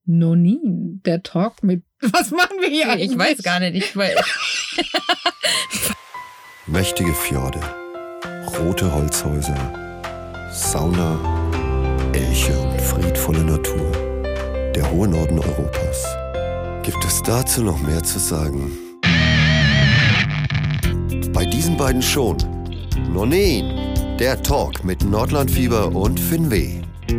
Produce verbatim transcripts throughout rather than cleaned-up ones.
Nonin, der Talk mit... Was machen wir hier eigentlich? Ich weiß gar nicht. Ich weiß. Mächtige Fjorde, rote Holzhäuser, Sauna, Elche und friedvolle Natur. Der hohe Norden Europas. Gibt es dazu noch mehr zu sagen? Bei diesen beiden schon. Nonin, der Talk mit Nordlandfieber und Finweh.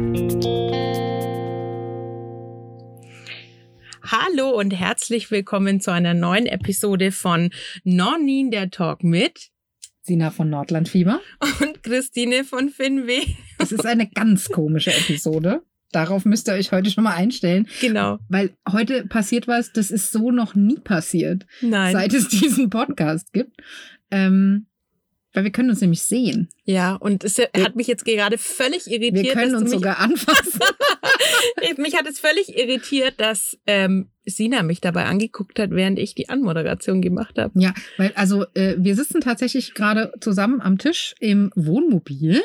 Hallo und herzlich willkommen zu einer neuen Episode von Nonin, der Talk mit Sina von Nordlandfieber und Christine von Finweh. Es ist eine ganz komische Episode. Darauf müsst ihr euch heute schon mal einstellen. Genau. Weil heute passiert was, das ist so noch nie passiert, Nein. seit es diesen Podcast gibt. Ähm, weil wir können uns nämlich sehen. Ja, und es hat mich jetzt gerade völlig irritiert. Wir können dass uns du mich, sogar anfassen. mich hat es völlig irritiert, dass ähm, Sina mich dabei angeguckt hat, während ich die Anmoderation gemacht habe. Ja, weil also äh, wir sitzen tatsächlich gerade zusammen am Tisch im Wohnmobil,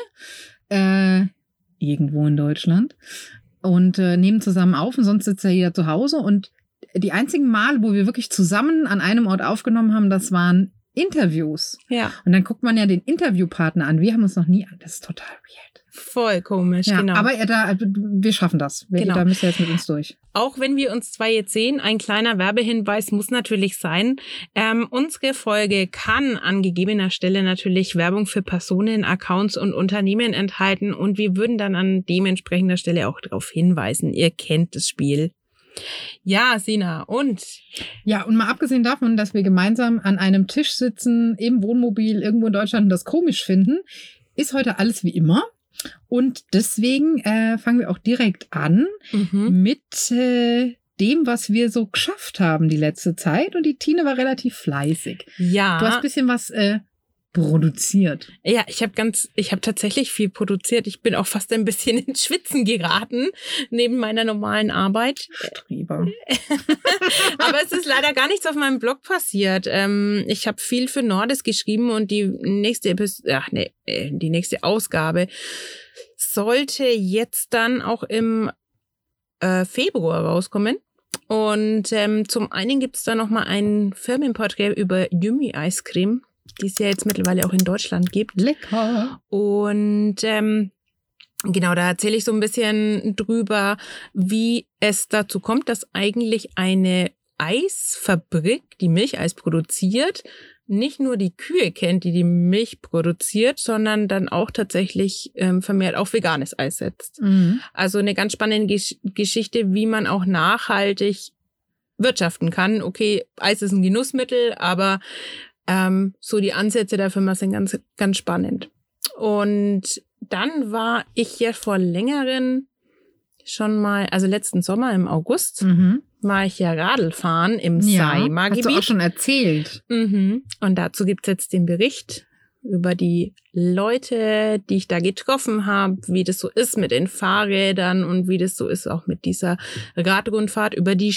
äh, irgendwo in Deutschland, und äh, nehmen zusammen auf, und sonst sitzt er hier zu Hause. Und die einzigen Male, wo wir wirklich zusammen an einem Ort aufgenommen haben, das waren Interviews. Ja. Und dann guckt man ja den Interviewpartner an. Wir haben uns noch nie an. Das ist total weird. Voll komisch, ja, genau. Aber ja, da, wir schaffen das. Wir, Genau. Da müsst ihr jetzt mit uns durch. Auch wenn wir uns zwar jetzt sehen, ein kleiner Werbehinweis muss natürlich sein. Ähm, unsere Folge kann an gegebener Stelle natürlich Werbung für Personen, Accounts und Unternehmen enthalten. Und wir würden dann an dementsprechender Stelle auch darauf hinweisen. Ihr kennt das Spiel. Ja, Sina, und? Ja, und mal abgesehen davon, dass wir gemeinsam an einem Tisch sitzen, im Wohnmobil, irgendwo in Deutschland und das komisch finden, ist heute alles wie immer. Und deswegen äh, fangen wir auch direkt an Mhm. mit äh, dem, was wir so geschafft haben die letzte Zeit. Und die Tine war relativ fleißig. Ja. Du hast ein bisschen was äh, produziert. Ja, ich habe ganz, ich habe tatsächlich viel produziert. Ich bin auch fast ein bisschen ins Schwitzen geraten neben meiner normalen Arbeit. Streber. Aber es ist leider gar nichts auf meinem Blog passiert. Ähm, ich habe viel für Nordis geschrieben und die nächste Episode, ach nee, die nächste Ausgabe sollte jetzt dann auch im äh, Februar rauskommen. Und ähm, zum einen gibt es da nochmal ein Firmenporträt über Yummy Eiscreme, die es ja jetzt mittlerweile auch in Deutschland gibt. Lecker. Und ähm, genau, da erzähle ich so ein bisschen drüber, wie es dazu kommt, dass eigentlich eine Eisfabrik, die Milcheis produziert, nicht nur die Kühe kennt, die die Milch produziert, sondern dann auch tatsächlich ähm, vermehrt auf veganes Eis setzt. Mhm. Also eine ganz spannende Gesch- Geschichte, wie man auch nachhaltig wirtschaften kann. Okay, Eis ist ein Genussmittel, aber ähm, so die Ansätze der Firma sind ganz, ganz spannend. Und dann war ich ja vor längeren schon mal, also letzten Sommer im August, Mhm. war ich ja Radl fahren im Ja, hast du auch Saimaa-Gebiet. schon erzählt. Mhm. Und dazu gibt's jetzt den Bericht über die Leute, die ich da getroffen habe, wie das so ist mit den Fahrrädern und wie das so ist auch mit dieser Radrundfahrt über die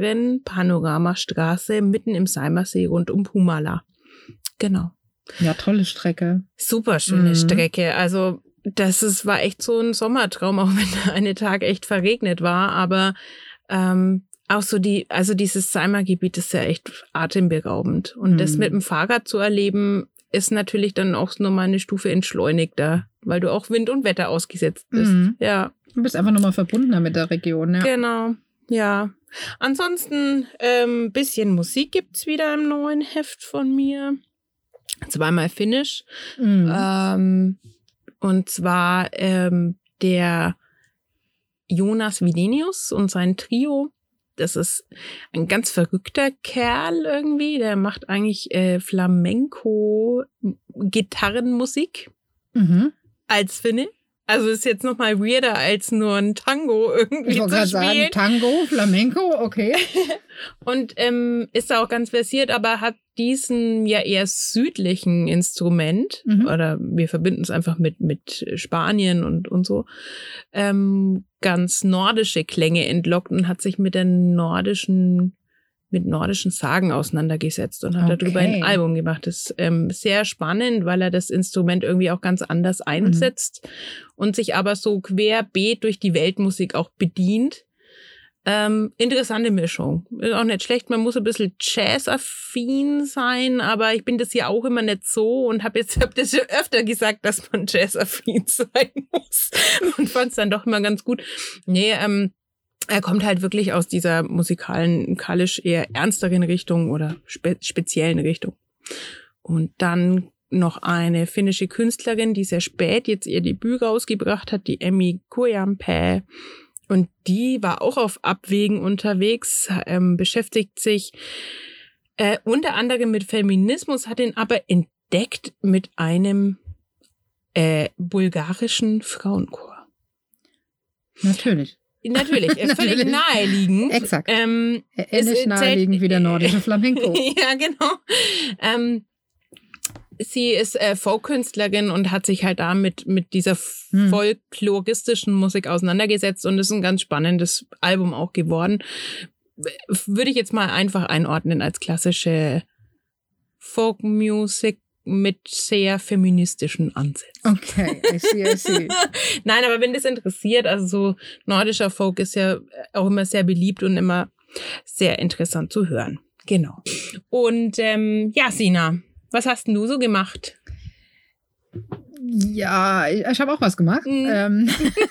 Scheren-Panoramastraße mitten im Saimaasee rund um Humala. Genau. Ja, tolle Strecke. Super schöne Mhm. Strecke. Also das ist, war echt so ein Sommertraum, auch wenn der eine Tag echt verregnet war. Aber ähm, auch so die, also dieses Saimaa-Gebiet ist ja echt atemberaubend. Und Mhm. das mit dem Fahrrad zu erleben, ist natürlich dann auch nochmal eine Stufe entschleunigter, weil du auch Wind und Wetter ausgesetzt bist. Mhm. Ja, Du bist einfach nochmal verbundener mit der Region, ja. genau. Ja. Ansonsten ähm, bisschen Musik gibt's wieder im neuen Heft von mir. Zweimal Finnisch. Mhm. Ähm, und zwar ähm, der Jonas Widenius und sein Trio. Das ist ein ganz verrückter Kerl irgendwie. Der macht eigentlich äh, Flamenco-Gitarrenmusik Mhm. als Finne. Also ist jetzt noch mal weirder als nur ein Tango irgendwie Ich wollte zu gerade sagen, spielen. Tango, Flamenco, okay. Und ähm, ist da auch ganz versiert, aber hat diesen ja eher südlichen Instrument, Mhm. oder wir verbinden es einfach mit mit Spanien und und so, ähm, ganz nordische Klänge entlockt und hat sich mit der nordischen mit nordischen Sagen auseinandergesetzt und hat Okay. darüber ein Album gemacht. Das ist ähm, sehr spannend, weil er das Instrument irgendwie auch ganz anders einsetzt und sich aber so querbeet durch die Weltmusik auch bedient. Ähm, interessante Mischung. Ist auch nicht schlecht. Man muss ein bisschen Jazz-affin sein, aber ich bin das ja auch immer nicht so und habe jetzt hab das schon öfter gesagt, dass man Jazz-affin sein muss und fand es dann doch immer ganz gut. Nee, ähm, er kommt halt wirklich aus dieser musikalisch eher ernsteren Richtung oder spe- speziellen Richtung. Und dann noch eine finnische Künstlerin, die sehr spät jetzt ihr Debüt rausgebracht hat, die Emmi Kujanpää. Und die war auch auf Abwägen unterwegs, ähm, beschäftigt sich äh, unter anderem mit Feminismus, hat ihn aber entdeckt mit einem äh, bulgarischen Frauenchor. Natürlich. Natürlich, äh, völlig Natürlich. naheliegend. Exakt. Ähm, Ähnlich es naheliegend zählt- wie der nordische Flamenco. Ja, genau. Ähm, sie ist äh, Folkkünstlerin und hat sich halt da mit, mit dieser Hm. folkloristischen Musik auseinandergesetzt und ist ein ganz spannendes Album auch geworden. Würde ich jetzt mal einfach einordnen als klassische Folkmusik mit sehr feministischen Ansätzen. Okay, I see, I see. Nein, aber wenn das interessiert, also so nordischer Folk ist ja auch immer sehr beliebt und immer sehr interessant zu hören. Genau. Und ähm, ja, Sina, was hast denn du so gemacht? Ja, ich, ich habe auch was gemacht. Mhm. Ähm,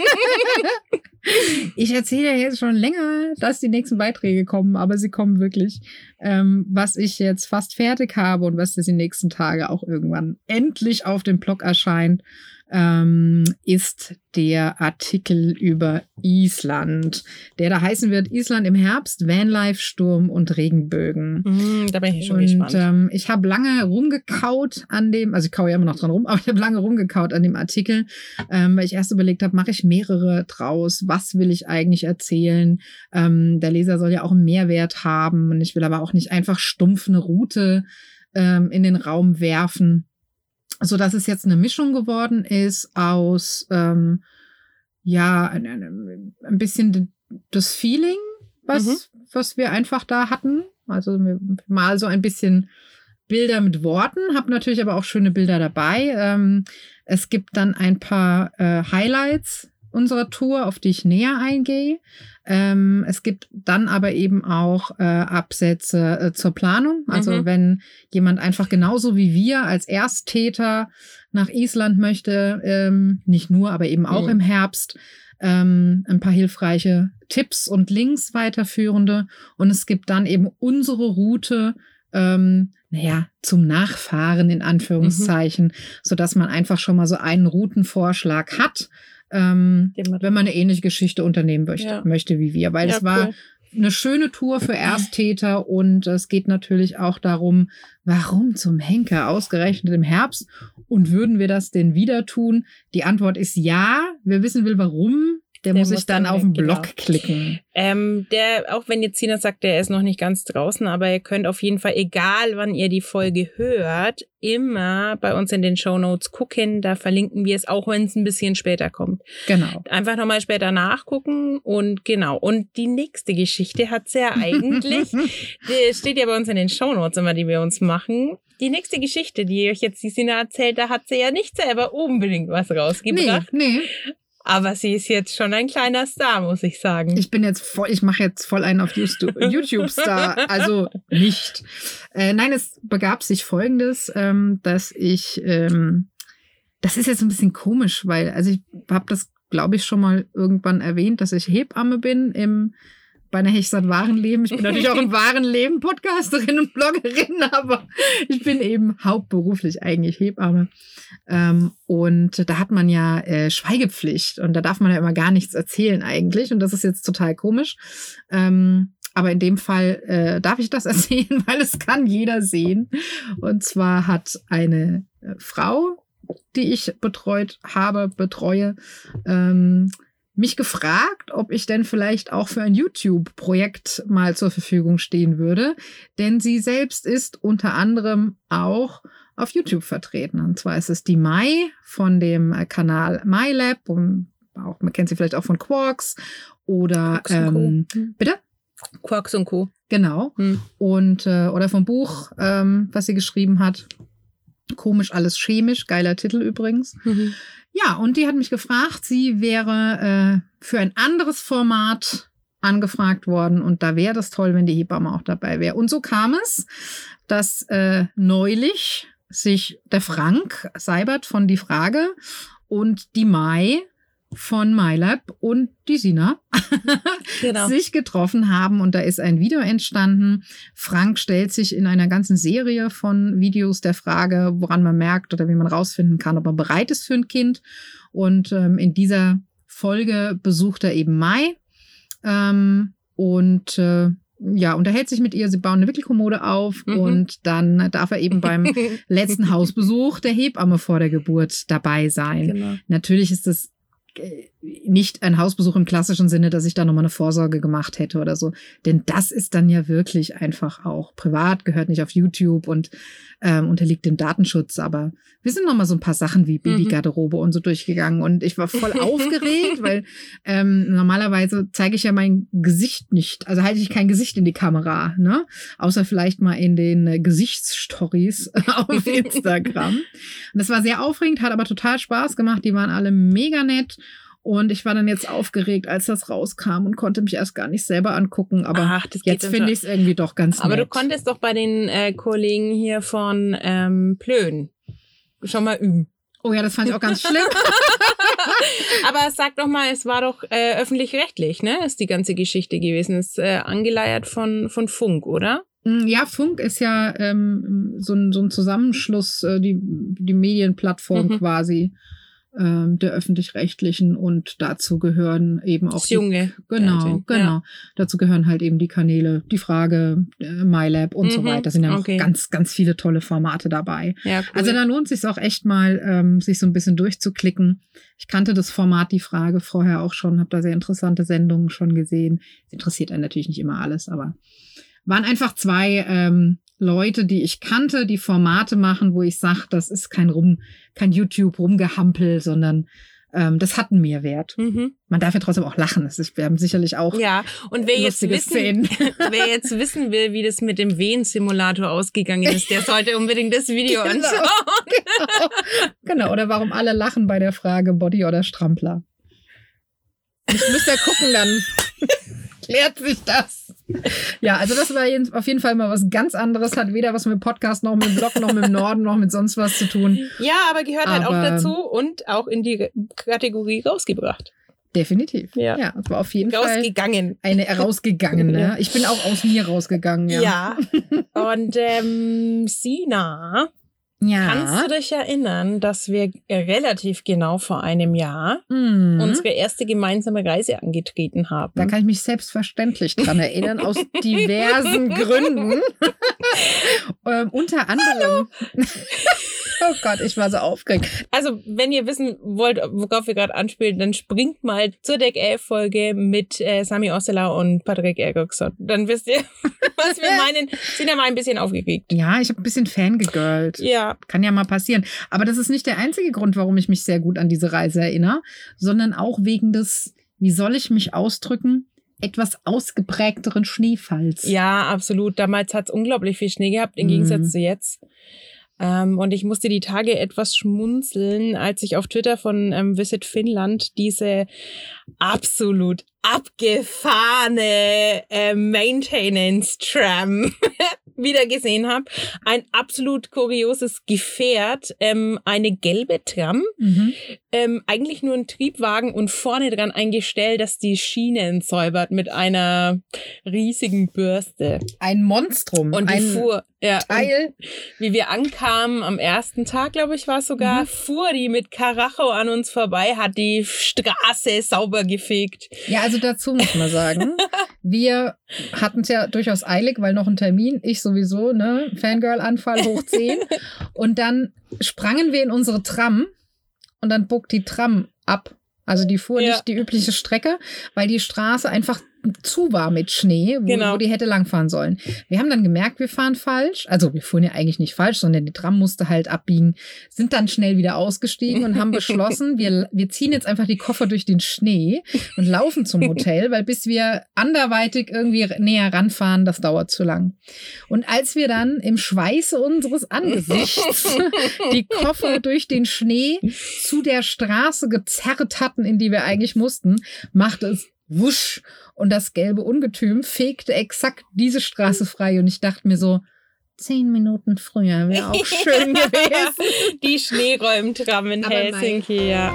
ich erzähle ja jetzt schon länger, dass die nächsten Beiträge kommen, aber sie kommen wirklich. Ähm, was ich jetzt fast fertig habe und was jetzt die nächsten Tage auch irgendwann endlich auf dem Blog erscheint, ähm, ist der Artikel über Island, der da heißen wird: Island im Herbst, Vanlife, Sturm und Regenbögen. Mhm, da bin ich schon Und gespannt. ähm, ich habe lange rumgekaut an dem, also ich kaue ja immer noch dran rum, aber ich habe lange rumgekaut an dem Artikel, ähm, weil ich erst überlegt habe, mache ich mehrere draus? Was will ich eigentlich erzählen? Ähm, der Leser soll ja auch einen Mehrwert haben und ich will aber auch nicht einfach stumpf eine Route ähm, in den Raum werfen, so dass es jetzt eine Mischung geworden ist aus ähm, ja ein, ein, ein bisschen das Feeling, was Mhm. was wir einfach da hatten. Also mal so ein bisschen Bilder mit Worten, habe natürlich aber auch schöne Bilder dabei. Ähm, es gibt dann ein paar äh, Highlights unserer Tour, auf die ich näher eingehe. Ähm, es gibt dann aber eben auch äh, Absätze äh, zur Planung. Also Mhm. wenn jemand einfach genauso wie wir als Ersttäter nach Island möchte, ähm, nicht nur, aber eben auch Mhm. im Herbst, ähm, ein paar hilfreiche Tipps und Links weiterführende. Und es gibt dann eben unsere Route, ähm, naja, zum Nachfahren in Anführungszeichen, mhm. sodass man einfach schon mal so einen Routenvorschlag hat, ähm, wenn man eine ähnliche Geschichte unternehmen möchte, Ja. möchte wie wir. Weil Ja, es war cool. eine schöne Tour für Ersttäter und es geht natürlich auch darum, warum zum Henker ausgerechnet im Herbst und würden wir das denn wieder tun? Die Antwort ist ja. Wer wissen will, warum, der, der muss sich dann auf den Blog genau. klicken. Ähm, der, auch wenn jetzt Sina sagt, der ist noch nicht ganz draußen, aber ihr könnt auf jeden Fall, egal wann ihr die Folge hört, immer bei uns in den Shownotes gucken. Da verlinken wir es, auch wenn es ein bisschen später kommt. Genau. Einfach nochmal später nachgucken und genau. Und die nächste Geschichte hat sie ja eigentlich, die steht ja bei uns in den Shownotes immer, die wir uns machen. Die nächste Geschichte, die euch jetzt die Sina erzählt, da hat sie ja nicht selber unbedingt was rausgebracht. Nee, nee. Aber sie ist jetzt schon ein kleiner Star, muss ich sagen. Ich bin jetzt voll, ich mache jetzt voll einen auf YouTube-Star. Also nicht. Äh, nein, es begab sich Folgendes, ähm, dass ich, ähm, das ist jetzt ein bisschen komisch, weil, also ich habe das, glaube ich, schon mal irgendwann erwähnt, dass ich Hebamme bin im bei einer Hechstadt Warenleben. Ich bin natürlich auch im Warenleben Podcasterin und Bloggerin, aber ich bin eben hauptberuflich eigentlich Hebamme. Ähm, und da hat man ja äh, Schweigepflicht und da darf man ja immer gar nichts erzählen eigentlich und das ist jetzt total komisch. Ähm, aber in dem Fall äh, darf ich das erzählen, weil es kann jeder sehen. Und zwar hat eine äh, Frau, die ich betreut habe, betreue, ähm, mich gefragt, ob ich denn vielleicht auch für ein YouTube-Projekt mal zur Verfügung stehen würde. Denn sie selbst ist unter anderem auch auf YouTube vertreten. Und zwar ist es die Mai von dem Kanal MyLab. Und auch, man kennt sie vielleicht auch von Quarks oder Quarks und ähm, Co. bitte? Quarks und Co. Genau. Hm. Und äh, oder vom Buch, ähm, was sie geschrieben hat. Komisch, alles chemisch. Geiler Titel übrigens. Mhm. Ja, und die hat mich gefragt, sie wäre äh, für ein anderes Format angefragt worden und da wäre das toll, wenn die Hebamme auch dabei wäre. Und so kam es, dass äh, neulich sich der Frank Seibert von Die Frage und die Mai von MyLab und die Sina genau. sich getroffen haben und da ist ein Video entstanden. Frank stellt sich in einer ganzen Serie von Videos der Frage, woran man merkt oder wie man rausfinden kann, ob er bereit ist für ein Kind. Und ähm, in dieser Folge besucht er eben Mai ähm, und äh, ja, unterhält sich mit ihr. Sie bauen eine Wickelkommode auf mhm. und dann darf er eben beim letzten Hausbesuch der Hebamme vor der Geburt dabei sein. Genau. Natürlich ist das nicht ein Hausbesuch im klassischen Sinne, dass ich da nochmal eine Vorsorge gemacht hätte oder so. Denn das ist dann ja wirklich einfach auch privat, gehört nicht auf YouTube und ähm, unterliegt dem Datenschutz. Aber wir sind nochmal so ein paar Sachen wie Babygarderobe und so durchgegangen. Und ich war voll aufgeregt, weil ähm, normalerweise zeige ich ja mein Gesicht nicht. Also halte ich kein Gesicht in die Kamera, ne? Außer vielleicht mal in den äh, Gesichtsstories auf Instagram. Und das war sehr aufregend, hat aber total Spaß gemacht. Die waren alle mega nett. Und ich war dann jetzt aufgeregt, als das rauskam und konnte mich erst gar nicht selber angucken. Aber Ach, jetzt finde ich es irgendwie doch ganz nett. Aber du konntest doch bei den äh, Kollegen hier von ähm, Plön schon mal üben. Oh ja, das fand ich auch ganz schlimm. Aber sag doch mal, es war doch äh, öffentlich-rechtlich, ne? Ist die ganze Geschichte gewesen. Ist äh, angeleiert von, von Funk, oder? Ja, Funk ist ja ähm, so, ein, so ein Zusammenschluss, äh, die, die Medienplattform mhm. quasi. Der öffentlich-rechtlichen und dazu gehören eben auch das junge die, genau, Fernsehen. genau. Ja. Dazu gehören halt eben die Kanäle, die Frage, äh, MyLab und mhm, so weiter. Da sind ja noch okay. ganz, ganz viele tolle Formate dabei. Ja, cool. Also da lohnt es sich auch echt mal, ähm, sich so ein bisschen durchzuklicken. Ich kannte das Format Die Frage vorher auch schon, habe da sehr interessante Sendungen schon gesehen. Es interessiert einen natürlich nicht immer alles, aber waren einfach zwei ähm, Leute, die ich kannte, die Formate machen, wo ich sage, das ist kein Rum, kein YouTube-Rumgehampel, sondern ähm, das hat einen Mehrwert. Mhm. Man darf ja trotzdem auch lachen. Das ist, wir haben sicherlich auch ja, und wer jetzt, wissen, wer jetzt wissen will, wie das mit dem Wehensimulator ausgegangen ist, der sollte unbedingt das Video genau, anschauen. Genau. genau, oder warum alle lachen bei der Frage Body oder Strampler. Ich müsste ja gucken, dann klärt sich das. Ja, also das war auf jeden Fall mal was ganz anderes, hat weder was mit Podcast noch mit Blog noch mit dem Norden noch mit sonst was zu tun. Ja, aber gehört aber halt auch dazu und auch in die Kategorie rausgebracht. Definitiv. Ja, ja, das war auf jeden rausgegangen. Fall eine rausgegangene. Ja. Ich bin auch aus mir rausgegangen. Ja, ja. Und ähm, Sina, ja. kannst du dich erinnern, dass wir relativ genau vor einem Jahr mhm. unsere erste gemeinsame Reise angetreten haben? Da kann ich mich selbstverständlich dran erinnern, aus diversen Gründen. ähm, unter anderem... Oh Gott, ich war so aufgeregt. Also, wenn ihr wissen wollt, worauf wir gerade anspielen, dann springt mal zur Deck elf Folge mit äh, Sami Osseler und Patrick Ergoxon. Dann wisst ihr, was wir meinen. Sind ja mal ein bisschen aufgeregt. Ja, ich habe ein bisschen fangegirlt. Ja. Kann ja mal passieren. Aber das ist nicht der einzige Grund, warum ich mich sehr gut an diese Reise erinnere, sondern auch wegen des, wie soll ich mich ausdrücken, etwas ausgeprägteren Schneefalls. Ja, absolut. Damals hat es unglaublich viel Schnee gehabt, im Gegensatz mm. zu jetzt. Ähm, und ich musste die Tage etwas schmunzeln, als ich auf Twitter von ähm, Visit Finnland diese absolut abgefahrene äh, Maintenance-Tram wieder gesehen habe. Ein absolut kurioses Gefährt, ähm, eine gelbe Tram, mhm. ähm, eigentlich nur ein Triebwagen und vorne dran ein Gestell, das die Schienen säubert mit einer riesigen Bürste. Ein Monstrum. Und die ein fuhr, ja, Teil. Wie wir ankamen, am ersten Tag, glaube ich, war es sogar, mhm. fuhr die mit Karacho an uns vorbei, hat die Straße sauber gefegt. Ja, also dazu muss man sagen, wir hatten es ja durchaus eilig, weil noch ein Termin, ich sowieso, ne, Fangirl-Anfall hoch zehn. Und dann sprangen wir in unsere Tram und dann bog die Tram ab. Also die fuhr ja. nicht die übliche Strecke, weil die Straße einfach zu war mit Schnee, wo, genau. wo die hätte langfahren sollen. Wir haben dann gemerkt, wir fahren falsch. Also wir fuhren ja eigentlich nicht falsch, sondern die Tram musste halt abbiegen. Sind dann schnell wieder ausgestiegen und haben beschlossen, wir, wir ziehen jetzt einfach die Koffer durch den Schnee und laufen zum Hotel, weil bis wir anderweitig irgendwie näher ranfahren, das dauert zu lang. Und als wir dann im Schweiße unseres Angesichts die Koffer durch den Schnee zu der Straße gezerrt hatten, in die wir eigentlich mussten, machte es wusch. Und das gelbe Ungetüm fegte exakt diese Straße frei. Und ich dachte mir so, zehn Minuten früher wäre auch schön gewesen. Die Schneeräumtram in Aber Helsinki, ja.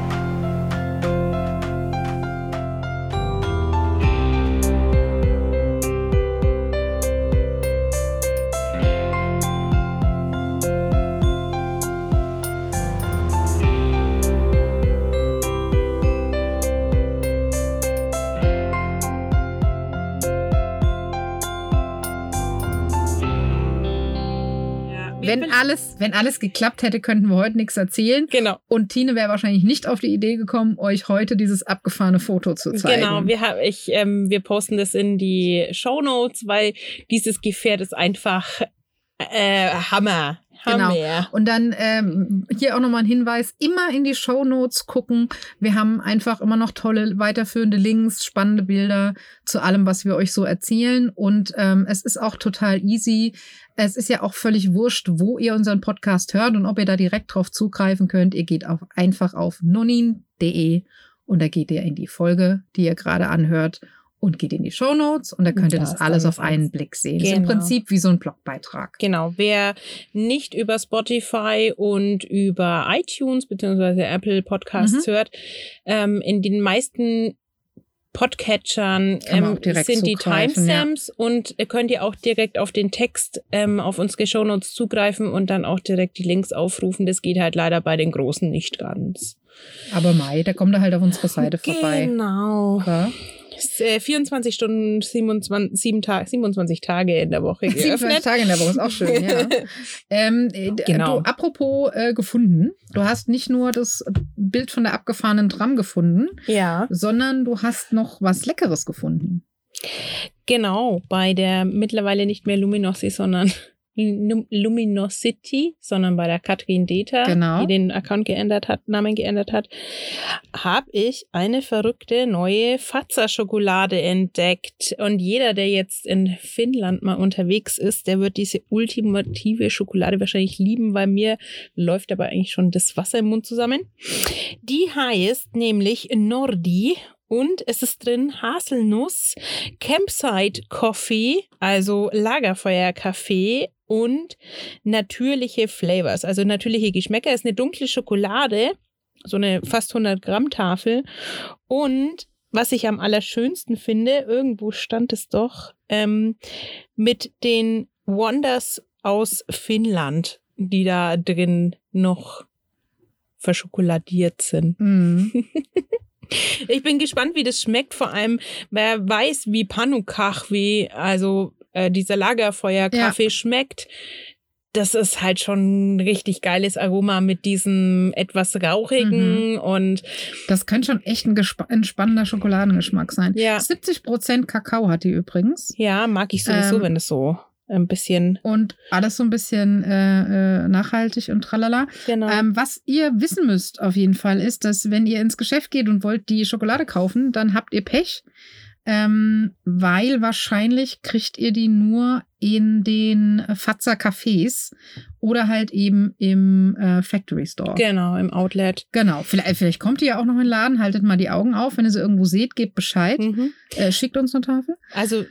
Wenn alles, wenn alles geklappt hätte, könnten wir heute nichts erzählen. Genau. Und Tine wäre wahrscheinlich nicht auf die Idee gekommen, euch heute dieses abgefahrene Foto zu zeigen. Genau, wir, hab, ich, ähm, wir posten das in die Shownotes, weil dieses Gefährt ist einfach äh, Hammer. Genau. Hammer. Und dann ähm, hier auch nochmal ein Hinweis, immer in die Shownotes gucken. Wir haben einfach immer noch tolle weiterführende Links, spannende Bilder zu allem, was wir euch so erzählen. Und ähm, es ist auch total easy. Es ist ja auch völlig wurscht, wo ihr unseren Podcast hört und ob ihr da direkt drauf zugreifen könnt. Ihr geht auf, einfach auf nonin punkt de und da geht ihr in die Folge, die ihr gerade anhört, und geht in die Shownotes und da könnt ihr da das alles auf einen Blick sehen. Genau. Das ist im Prinzip wie so ein Blogbeitrag. Genau. Wer nicht über Spotify und über iTunes bzw. Apple Podcasts mhm. hört, ähm, in den meisten Podcatchern ähm, sind die Timestamps, ja. Und ihr könnt ihr auch direkt auf den Text ähm, auf unsere Shownotes zugreifen und dann auch direkt die Links aufrufen. Das geht halt leider bei den Großen nicht ganz. Aber Mai, da kommt er halt auf unsere Seite vorbei. Genau. Ja. vierundzwanzig Stunden, siebenundzwanzig, sieben Tag, siebenundzwanzig Tage in der Woche geöffnet. siebenundzwanzig Tage in der Woche, ist auch schön, ja. ähm, genau. Du, apropos äh, gefunden, du hast nicht nur das Bild von der abgefahrenen Tram gefunden, ja, sondern du hast noch was Leckeres gefunden. Genau, bei der mittlerweile nicht mehr Luminosity, sondern Luminosity, sondern bei der Katrin Deter, genau. die den Account geändert hat, Namen geändert hat, habe ich eine verrückte neue Fazza-Schokolade entdeckt. Und jeder, der jetzt in Finnland mal unterwegs ist, der wird diese ultimative Schokolade wahrscheinlich lieben, weil mir läuft aber eigentlich schon das Wasser im Mund zusammen. Die heißt nämlich Nordi. Und es ist drin Haselnuss, Campsite Coffee, also Lagerfeuerkaffee und natürliche Flavors, also natürliche Geschmäcker. Es ist eine dunkle Schokolade, so eine fast hundert Gramm Tafel. Und was ich am allerschönsten finde, irgendwo stand es doch, ähm, mit den Wonders aus Finnland, die da drin noch verschokoladiert sind. Mhm. Ich bin gespannt, wie das schmeckt. Vor allem, wer weiß, wie Pannukahvi, also äh, dieser Lagerfeuerkaffee, ja. schmeckt. Das ist halt schon ein richtig geiles Aroma mit diesem etwas rauchigen mhm. und das könnte schon echt ein, gesp- ein spannender Schokoladengeschmack sein. Ja. siebzig Prozent Kakao hat die übrigens. Ja, mag ich sowieso, ähm, wenn es so ein bisschen. Und alles so ein bisschen äh, nachhaltig und tralala. Genau. Ähm, was ihr wissen müsst auf jeden Fall ist, dass wenn ihr ins Geschäft geht und wollt die Schokolade kaufen, dann habt ihr Pech, ähm, weil wahrscheinlich kriegt ihr die nur in den Fazza Cafés oder halt eben im äh, Factory Store. Genau, im Outlet. Genau, vielleicht, vielleicht kommt die ja auch noch in den Laden, haltet mal die Augen auf, wenn ihr sie irgendwo seht, gebt Bescheid, Mhm. äh, schickt uns eine Tafel. Also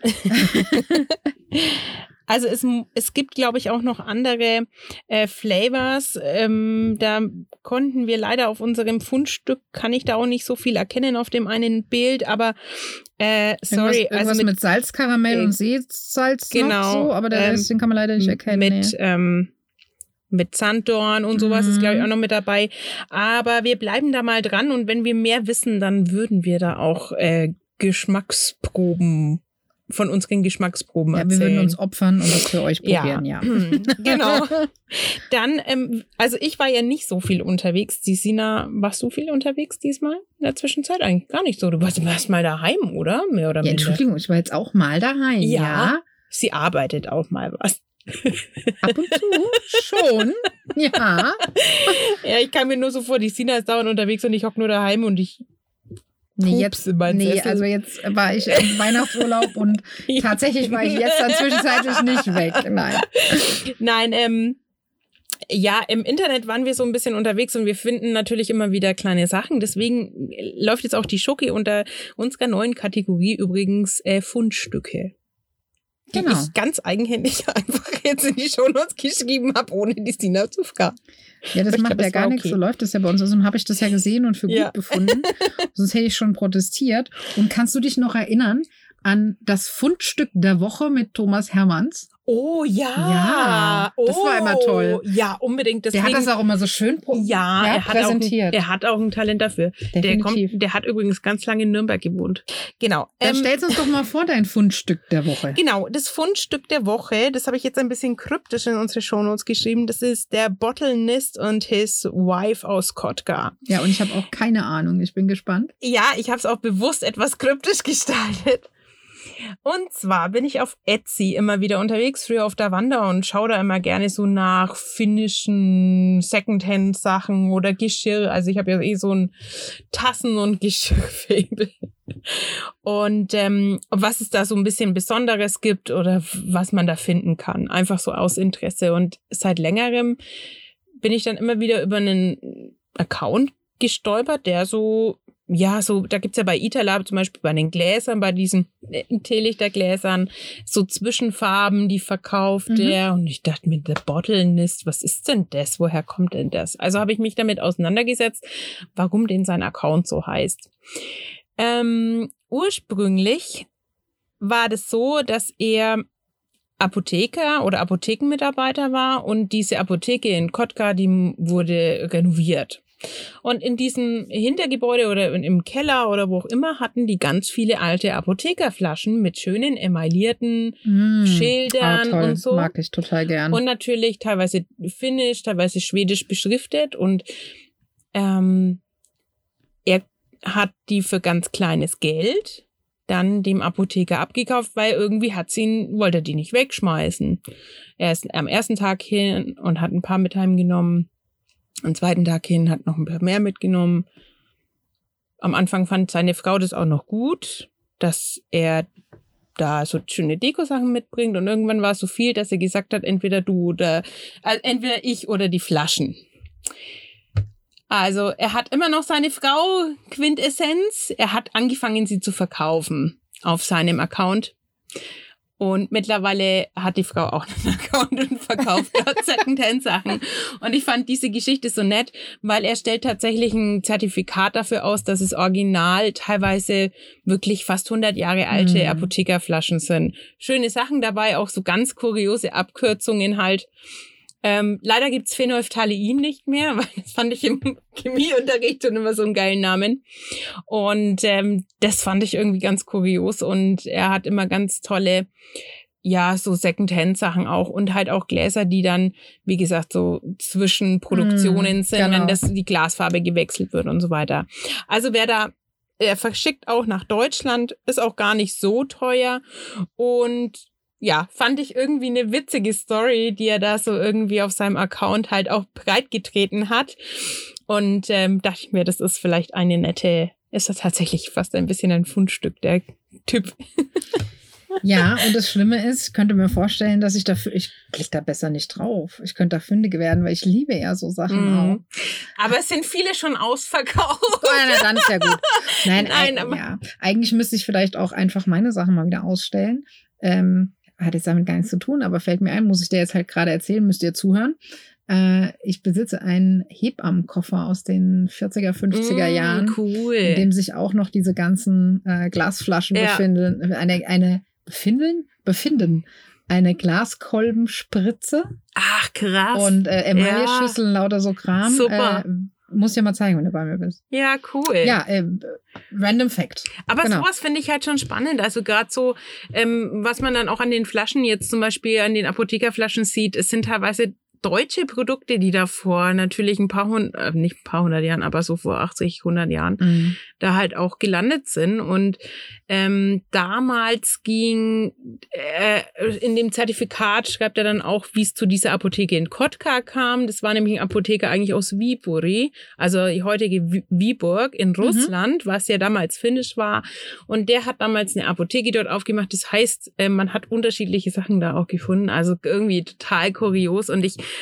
Also es, es gibt, glaube ich, auch noch andere äh, Flavors. Ähm, da konnten wir leider auf unserem Fundstück, kann ich da auch nicht so viel erkennen auf dem einen Bild, aber äh, sorry. Irgendwas, irgendwas also mit, mit Salzkaramell äh, und Seesalz genau, noch so, aber der Rest, ähm, den kann man leider nicht erkennen. Mit, nee. ähm, mit Sanddorn und sowas mhm. ist, glaube ich, auch noch mit dabei. Aber wir bleiben da mal dran und wenn wir mehr wissen, dann würden wir da auch äh, Geschmacksproben von unseren Geschmacksproben ja, erzählen. Wir würden uns opfern und das für euch probieren, ja. ja. Genau. Dann, ähm, also ich war ja nicht so viel unterwegs. Die Sina, warst du viel unterwegs diesmal in der Zwischenzeit? Eigentlich gar nicht so. Du warst, warst mal daheim, oder? Mehr oder ja, minder. Entschuldigung, ich war jetzt auch mal daheim, ja. ja. Sie arbeitet auch mal was. Ab und zu schon, ja. Ja, ich kam mir nur so vor, die Sina ist dauernd unterwegs und ich hocke nur daheim und ich Nee, jetzt, nee also jetzt war ich im Weihnachtsurlaub und tatsächlich war ich jetzt dann zwischenzeitlich nicht weg. Nein. Nein, ähm, Ja, im Internet waren wir so ein bisschen unterwegs und wir finden natürlich immer wieder kleine Sachen. Deswegen läuft jetzt auch die Schoki unter unserer neuen Kategorie übrigens äh, Fundstücke. Die Genau. ich ganz eigenhändig einfach jetzt in die Shownotes geschrieben habe, ohne die Sina Zufka. Ja, das Ich macht glaub, ja das gar war nichts, okay. so läuft das ja bei uns. Also habe ich das ja gesehen und für gut Ja. befunden. Sonst hätte ich schon protestiert. Und kannst du dich noch erinnern an das Fundstück der Woche mit Thomas Hermanns? Oh ja. Ja, das war immer toll. Ja, unbedingt. Deswegen, Der hat das auch immer so schön pro- ja, ja, er, hat auch ein, präsentiert. er hat auch ein Talent dafür. Der, Definitiv. kommt, der hat übrigens ganz lange in Nürnberg gewohnt. Genau. Dann Ähm, stellst uns doch mal vor, dein Fundstück der Woche. Genau, das Fundstück der Woche, das habe ich jetzt ein bisschen kryptisch in unsere Shownotes geschrieben. Das ist der Botanist und his wife aus Kotka. Ja, und ich habe auch keine Ahnung. Ich bin gespannt. Ja, ich habe es auch bewusst etwas kryptisch gestaltet. Und zwar bin ich auf Etsy immer wieder unterwegs, früher auf der Wander und schaue da immer gerne so nach finnischen Secondhand-Sachen oder Geschirr. Also ich habe ja eh so ein Tassen- und Geschirrfabel. Und ähm, was es da so ein bisschen Besonderes gibt oder was man da finden kann. Einfach so aus Interesse. Und seit längerem bin ich dann immer wieder über einen Account gestolpert, der so ja, so, da gibt's ja bei Italab zum Beispiel bei den Gläsern, bei diesen Teelichtergläsern, so Zwischenfarben, die verkauft Mhm. er. Und ich dachte mir, The Botanist, was ist denn das? Woher kommt denn das? Also habe ich mich damit auseinandergesetzt, warum denn sein Account so heißt. Ähm, ursprünglich war das so, dass er Apotheker oder Apothekenmitarbeiter war und diese Apotheke in Kotka, die wurde renoviert. Und in diesem Hintergebäude oder im Keller oder wo auch immer hatten die ganz viele alte Apothekerflaschen mit schönen emaillierten Mm. Schildern Ah, toll. und so. Mag ich total gern. Und natürlich teilweise finnisch, teilweise schwedisch beschriftet. Und ähm, er hat die für ganz kleines Geld dann dem Apotheker abgekauft, weil irgendwie hat sie ihn, wollte er die nicht wegschmeißen. Er ist am ersten Tag hin und hat ein paar mit heimgenommen. Am zweiten Tag hin hat noch ein paar mehr mitgenommen. Am Anfang fand seine Frau das auch noch gut, dass er da so schöne Dekosachen mitbringt. Und irgendwann war es so viel, dass er gesagt hat, entweder du oder, also entweder ich oder die Flaschen. Also er hat immer noch seine Frau, Quintessenz. Er hat angefangen, sie zu verkaufen auf seinem Account. Und mittlerweile hat die Frau auch einen Account und verkauft dort Secondhand-Sachen. Und ich fand diese Geschichte so nett, weil er stellt tatsächlich ein Zertifikat dafür aus, dass es original teilweise wirklich fast hundert Jahre alte Mhm. Apothekerflaschen sind. Schöne Sachen dabei, auch so ganz kuriose Abkürzungen halt. Ähm, leider gibt's Phenolphthalein nicht mehr, weil das fand ich im Chemieunterricht schon immer so einen geilen Namen. Und ähm, das fand ich irgendwie ganz kurios. Und er hat immer ganz tolle, ja, so Secondhand-Sachen auch. Und halt auch Gläser, die dann, wie gesagt, so zwischen Produktionen Mm, sind, genau. wenn das die Glasfarbe gewechselt wird und so weiter. Also wer da, er verschickt auch nach Deutschland, ist auch gar nicht so teuer. Und ja, fand ich irgendwie eine witzige Story, die er da so irgendwie auf seinem Account halt auch breitgetreten hat. Und ähm, dachte ich mir, das ist vielleicht eine nette, ist das tatsächlich fast ein bisschen ein Fundstück, der Typ. Ja, und das Schlimme ist, ich könnte mir vorstellen, dass ich dafür, ich klicke da besser nicht drauf. Ich könnte da fündig werden, weil ich liebe ja so Sachen Mhm. auch. Aber es sind viele schon ausverkauft. Oh, na, dann ist ja gut. Nein, Nein, eig- aber- ja. Eigentlich müsste ich vielleicht auch einfach meine Sachen mal wieder ausstellen. Ähm, hat jetzt damit gar nichts zu tun, aber fällt mir ein, muss ich dir jetzt halt gerade erzählen, müsst ihr zuhören. Äh, ich besitze einen Hebammenkoffer aus den vierziger, fünfziger Mm, Jahren, in Cool. dem sich auch noch diese ganzen äh, Glasflaschen Ja. befinden. Eine, eine befinden, befinden. Eine Glaskolbenspritze Ach, krass. und äh, Emaille-Schüsseln, lauter so Kram. Super. Äh, muss dir mal zeigen, wenn du bei mir bist. ja, cool. Ja, äh, random Fact. Aber Genau. sowas finde ich halt schon spannend. Also gerade so, ähm, was man dann auch an den Flaschen jetzt zum Beispiel an den Apothekerflaschen sieht, es sind teilweise deutsche Produkte, die da vor natürlich ein paar hundert, äh, nicht ein paar hundert Jahren, aber so vor achtzig, hundert Jahren Mhm. da halt auch gelandet sind. Und ähm, damals ging, äh, in dem Zertifikat schreibt er dann auch, wie es zu dieser Apotheke in Kotka kam. Das war nämlich ein Apotheker eigentlich aus Viipuri, also die heutige Vi- Viborg in Russland, was ja damals finnisch war. Und der hat damals eine Apotheke dort aufgemacht. Das heißt, äh, man hat unterschiedliche Sachen da auch gefunden. Also irgendwie total kurios. Und ich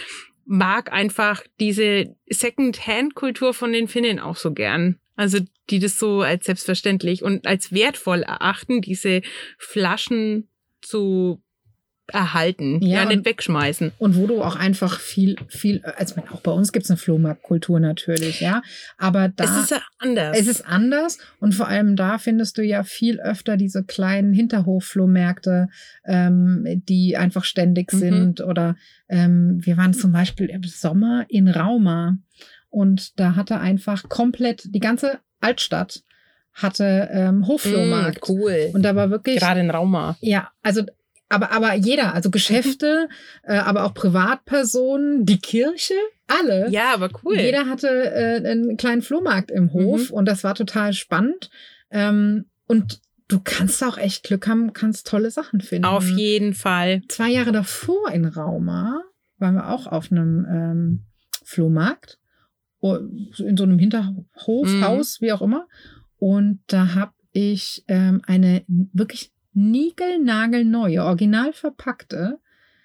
mag einfach diese Second-Hand-Kultur von den Finnen auch so gern. Also die das so als selbstverständlich und als wertvoll erachten, diese Flaschen zu erhalten, ja, ja nicht wegschmeißen. Und wo du auch einfach viel, viel, also auch bei uns gibt es eine Flohmarktkultur natürlich, ja, aber da... Es ist ja anders. Es ist anders und vor allem da findest du ja viel öfter diese kleinen Hinterhof-Flohmärkte, ähm, die einfach ständig mhm. sind oder ähm, wir waren zum Beispiel im Sommer in Rauma und da hatte einfach komplett die ganze Altstadt hatte ähm, Hofflohmarkt. Mm, cool. Und da war wirklich... Gerade in Rauma. Ja, also Aber, aber jeder, also Geschäfte, äh, aber auch Privatpersonen, die Kirche, alle. Ja, aber cool. Jeder hatte äh, einen kleinen Flohmarkt im Hof mhm. und das war total spannend. Ähm, und du kannst auch echt Glück haben, kannst tolle Sachen finden. Auf jeden Fall. Zwei Jahre davor in Rauma waren wir auch auf einem ähm, Flohmarkt, in so einem Hinterhofhaus, mhm. wie auch immer. Und da habe ich ähm, eine wirklich niegelnagelneue, original verpackte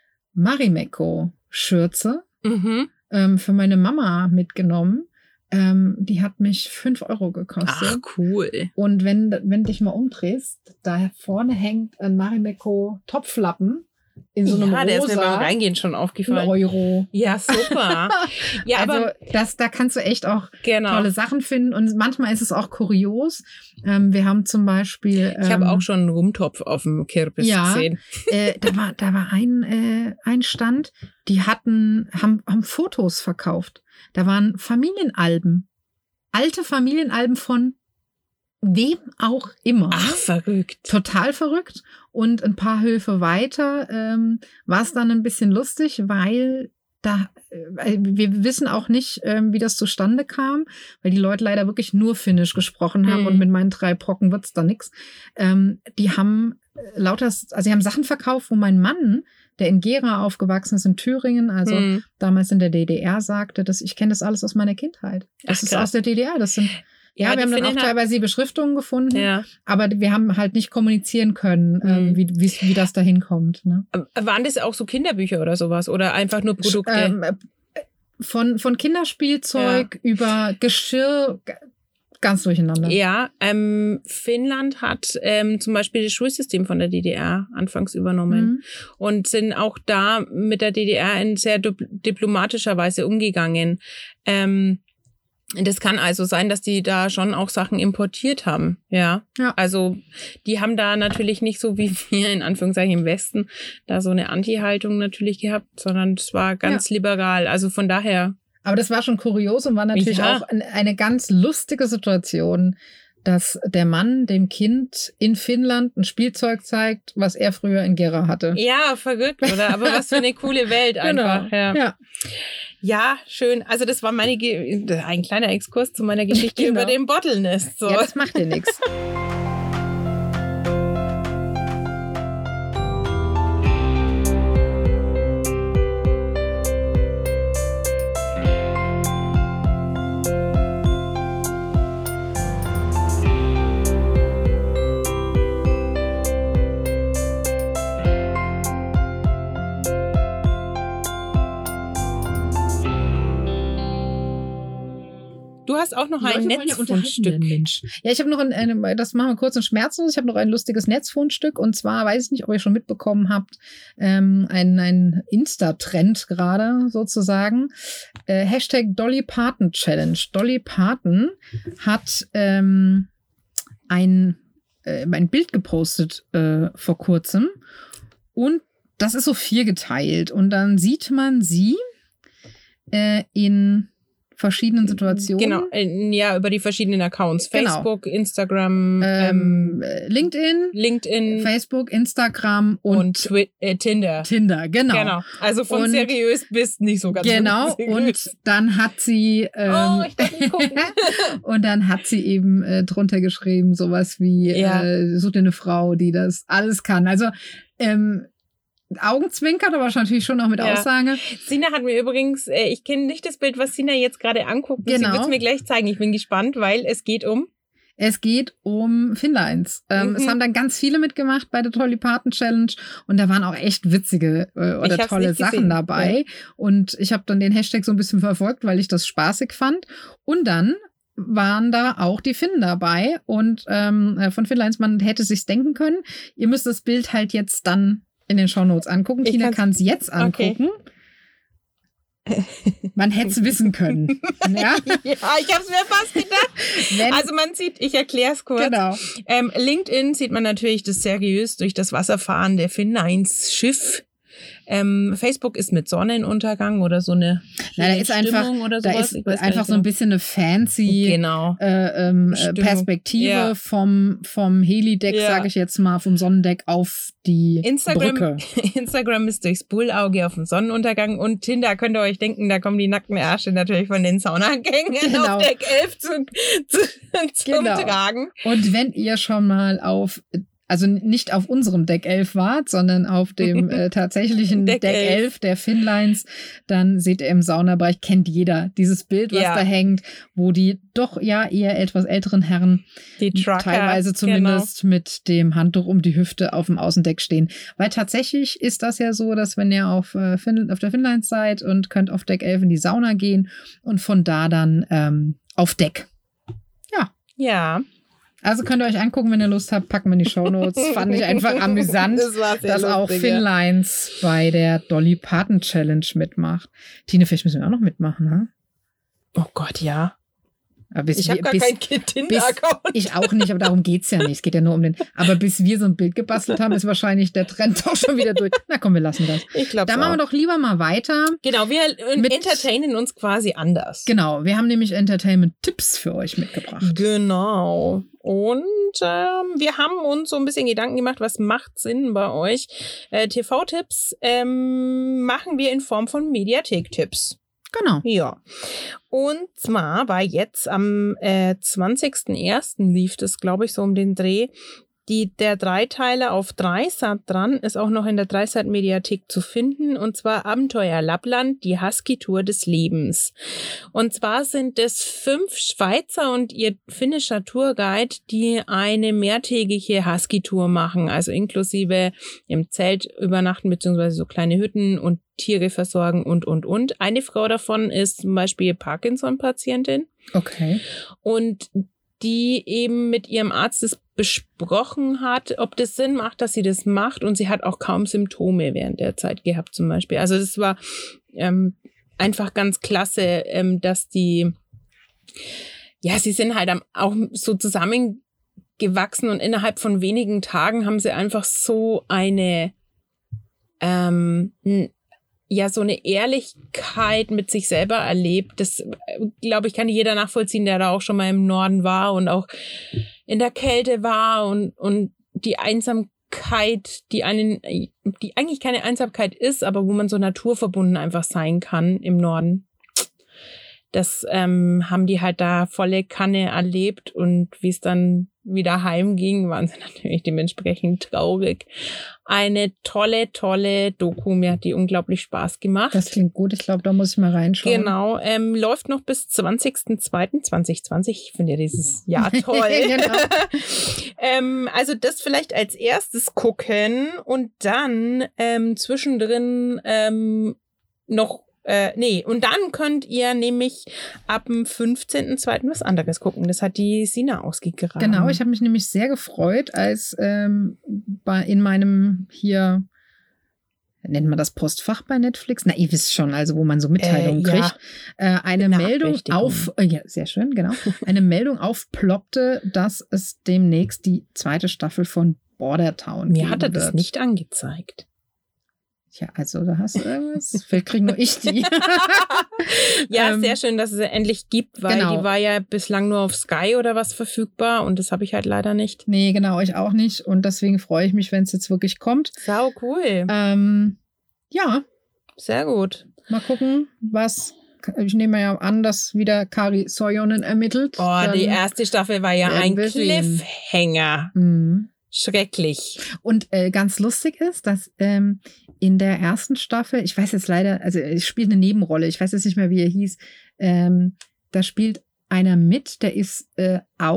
Marimekko-Schürze mhm. ähm, für meine Mama mitgenommen. Ähm, die hat mich fünf Euro gekostet. Ach, cool. Und wenn, wenn du dich mal umdrehst, da vorne hängt ein Marimekko-Topflappen in so einem ja, Rosa. Der ist mir beim Reingehen schon aufgefallen. Ein Euro. Ja, super. Ja, also aber das, da kannst du echt auch genau. tolle Sachen finden. Und manchmal ist es auch kurios. Ähm, wir haben zum Beispiel... Ähm, ich habe auch schon einen Rumtopf auf dem Kirmes ja, gesehen. Äh, da war, da war ein, äh, ein Stand, die hatten, haben, haben Fotos verkauft. Da waren Familienalben. Alte Familienalben von wem auch immer. Ach, verrückt. Total verrückt. Und ein paar Höfe weiter ähm, war es dann ein bisschen lustig, weil da, äh, wir wissen auch nicht, ähm, wie das zustande kam, weil die Leute leider wirklich nur Finnisch gesprochen haben mhm. und mit meinen drei Brocken wird's da nix. Ähm, die haben lauter, also sie haben Sachen verkauft, wo mein Mann, der in Gera aufgewachsen ist, in Thüringen, also mhm. damals in der D D R, sagte, dass ich kenne das alles aus meiner Kindheit. Das Ach, ist aus der D D R. Das sind Ja, ja wir haben dann auch teilweise die Beschriftungen gefunden, ja. aber wir haben halt nicht kommunizieren können, mhm. ähm, wie, wie, wie das da hinkommt. Ne? Waren das auch so Kinderbücher oder sowas oder einfach nur Produkte? Ähm, von, von Kinderspielzeug ja. über Geschirr, ganz durcheinander. Ja, ähm, Finnland hat ähm, zum Beispiel das Schulsystem von der D D R anfangs übernommen mhm. und sind auch da mit der D D R in sehr diplomatischer Weise umgegangen. Ähm, Das kann also sein, dass die da schon auch Sachen importiert haben, ja. ja. Also die haben da natürlich nicht so wie wir in Anführungszeichen im Westen da so eine Anti-Haltung natürlich gehabt, sondern es war ganz ja. liberal. Also von daher. Aber das war schon kurios und war natürlich ja. auch eine ganz lustige Situation, dass der Mann dem Kind in Finnland ein Spielzeug zeigt, was er früher in Gera hatte. Ja, verrückt, oder? Aber was für eine coole Welt einfach. Genau. Ja. ja. Ja, schön. Also das war meine Ge- ein kleiner Exkurs zu meiner Geschichte genau. über den Bottlenest. So. Ja, das macht dir nichts. Du hast auch noch ein Netzfundstück. Ja, ich habe noch ein, ein, das machen wir kurz und schmerzlos. Ich habe noch ein lustiges Netzfundstück und zwar, weiß ich nicht, ob ihr schon mitbekommen habt, ähm, ein, ein Insta-Trend gerade sozusagen. Äh, Hashtag Dolly Parton Challenge. Dolly Parton hat ähm, ein, äh, ein Bild gepostet äh, vor kurzem und das ist so viergeteilt und dann sieht man sie äh, in verschiedenen Situationen. Genau, ja, über die verschiedenen Accounts. Facebook, genau. Instagram, ähm, LinkedIn, LinkedIn, Facebook, Instagram und, und Twi- äh, Tinder. Tinder, genau. Genau. Also von und, seriös bis nicht so ganz genau. seriös. Und dann hat sie ähm, oh, ich darf nicht gucken. und dann hat sie eben äh, drunter geschrieben, sowas wie ja. äh, such dir eine Frau, die das alles kann. Also ähm, Augenzwinkert, aber natürlich schon auch mit ja. Aussage. Sina hat mir übrigens, äh, ich kenne nicht das Bild, was Sina jetzt gerade anguckt. Genau. Sie wird es mir gleich zeigen. Ich bin gespannt, weil es geht um... Es geht um Finnlines. Ähm, Mhm. Es haben dann ganz viele mitgemacht bei der Dolly Parton Challenge und da waren auch echt witzige äh, Ich oder hab's tolle nicht Sachen gesehen. dabei. Und ich habe dann den Hashtag so ein bisschen verfolgt, weil ich das spaßig fand. Und dann waren da auch die Finnen dabei und ähm, von Finnlines, man hätte sich's denken können. Ihr müsst das Bild halt jetzt dann in den Shownotes angucken. Ich Tina kann's- kann es jetzt angucken. Man hätte es wissen können. Ja? Ja, ich habe es mir fast gedacht. Wenn, Also man sieht, ich erkläre es kurz. genau. Ähm, LinkedIn sieht man natürlich das seriös durch das Wasser fahrende Finnlines Schiff. Ähm, Facebook ist mit Sonnenuntergang oder so eine Na, da ist einfach, Stimmung oder da sowas. ist Ich weiß gar einfach nicht so ein genau. bisschen eine fancy Genau. äh, ähm, äh, Stimmung. Perspektive Ja. vom, vom Helideck, Ja. sage ich jetzt mal, vom Sonnendeck auf die Instagram, Brücke. Instagram ist durchs Bullauge auf den Sonnenuntergang und Tinder könnt ihr euch denken, da kommen die nackten Ärsche natürlich von den Saunagängen Genau. auf Deck elf zu, zu, zum Genau. Tragen. Und wenn ihr schon mal auf, also nicht auf unserem Deck elf wart, sondern auf dem äh, tatsächlichen Deck Deck, elf. elf der Finnlines, dann seht ihr im Saunabereich, kennt jeder dieses Bild, was Ja. da hängt, wo die doch ja eher etwas älteren Herren Die Trucker. teilweise zumindest mit dem Handtuch um die Hüfte auf dem Außendeck stehen. Weil tatsächlich ist das ja so, dass wenn ihr auf, äh, Fin auf der Finnlines seid und könnt auf Deck elf in die Sauna gehen und von da dann ähm, auf Deck. Genau. Ja. Also könnt ihr euch angucken, wenn ihr Lust habt, packen wir in die Shownotes. Fand ich einfach amüsant, Das war sehr dass auch lustig, ja. Finnlines bei der Dolly Parton Challenge mitmacht. Tine, vielleicht müssen wir auch noch mitmachen, ne? Oh Gott, ja. Aber bis Ich wir, habe gar bis, keinen Tinder-Account. Ich auch nicht, aber darum geht's ja nicht. Es geht ja nur um den. Aber bis wir so ein Bild gebastelt haben, ist wahrscheinlich der Trend doch schon wieder durch. Na komm, wir lassen das. Ich glaube Da machen wir doch lieber mal weiter. Genau, wir Mit- entertainen uns quasi anders. Genau, wir haben nämlich Entertainment-Tipps für euch mitgebracht. Genau. Und ähm, wir haben uns so ein bisschen Gedanken gemacht, was macht Sinn bei euch. Äh, T V-Tipps ähm, machen wir in Form von Mediathek-Tipps. Genau. Ja. Und zwar war jetzt am äh, zwanzigsten ersten lief das, glaube ich, so um den Dreh. Die, der Dreiteiler auf Dreisat dran ist auch noch in der Dreisat-Mediathek zu finden, und zwar Abenteuer Lappland, die Husky-Tour des Lebens. Und zwar sind es fünf Schweizer und ihr finnischer Tourguide, die eine mehrtägige Husky-Tour machen, also inklusive im Zelt übernachten, beziehungsweise so kleine Hütten und Tiere versorgen und, und, und. Eine Frau davon ist zum Beispiel Parkinson-Patientin. Okay. Und die eben mit ihrem Arzt das besprochen hat, ob das Sinn macht, dass sie das macht. Und sie hat auch kaum Symptome während der Zeit gehabt zum Beispiel. Also das war ähm, einfach ganz klasse, ähm, dass die, ja, sie sind halt auch so zusammengewachsen und innerhalb von wenigen Tagen haben sie einfach so eine ähm, ja, so eine Ehrlichkeit mit sich selber erlebt. Das, glaube ich, kann jeder nachvollziehen, der da auch schon mal im Norden war und auch in der Kälte war und, und die Einsamkeit, die einen, die eigentlich keine Einsamkeit ist, aber wo man so naturverbunden einfach sein kann im Norden. Das ähm, haben die halt da volle Kanne erlebt, und wie es dann wieder heimging, waren sie natürlich dementsprechend traurig. Eine tolle, tolle Doku. Mir hat die unglaublich Spaß gemacht. Das klingt gut. Ich glaube, da muss ich mal reinschauen. Genau. Ähm, läuft noch bis zwanzigsten zweiten zweitausendzwanzig. Ich finde ja dieses Jahr toll. Genau. ähm, also das vielleicht als erstes gucken und dann ähm, zwischendrin ähm, noch Äh, nee, und dann könnt ihr nämlich ab dem fünfzehnten zweiten was anderes gucken. Das hat die Sina ausgegraben. Genau, ich habe mich nämlich sehr gefreut, als ähm, bei, in meinem hier, nennt man das Postfach bei Netflix? Na, ihr wisst schon, also wo man so Mitteilungen Äh, ja. kriegt. Äh, eine Meldung Benachrichtigung. auf, äh, ja, sehr schön, genau. Eine Meldung aufploppte, dass es demnächst die zweite Staffel von Bordertown Mir geben hat er das wird. nicht angezeigt. Ja, also da hast du irgendwas. Vielleicht kriege nur ich die. Ja, Ähm, sehr schön, dass es sie endlich gibt, weil genau. die war ja bislang nur auf Sky oder was verfügbar, und das habe ich halt leider nicht. Nee, genau, ich auch nicht. Und deswegen freue ich mich, wenn es jetzt wirklich kommt. Sau cool. Ähm, ja, Sehr gut. mal gucken, was. Ich nehme ja an, dass wieder Kari Sojonen ermittelt. Oh, Dann- die erste Staffel war ja werden ein wir sehen. Cliffhanger. Mhm. Schrecklich. Und äh, ganz lustig ist, dass ähm, in der ersten Staffel, ich weiß jetzt leider, also ich spiele eine Nebenrolle, ich weiß jetzt nicht mehr, wie er hieß, ähm, da spielt einer mit, der ist äh, auch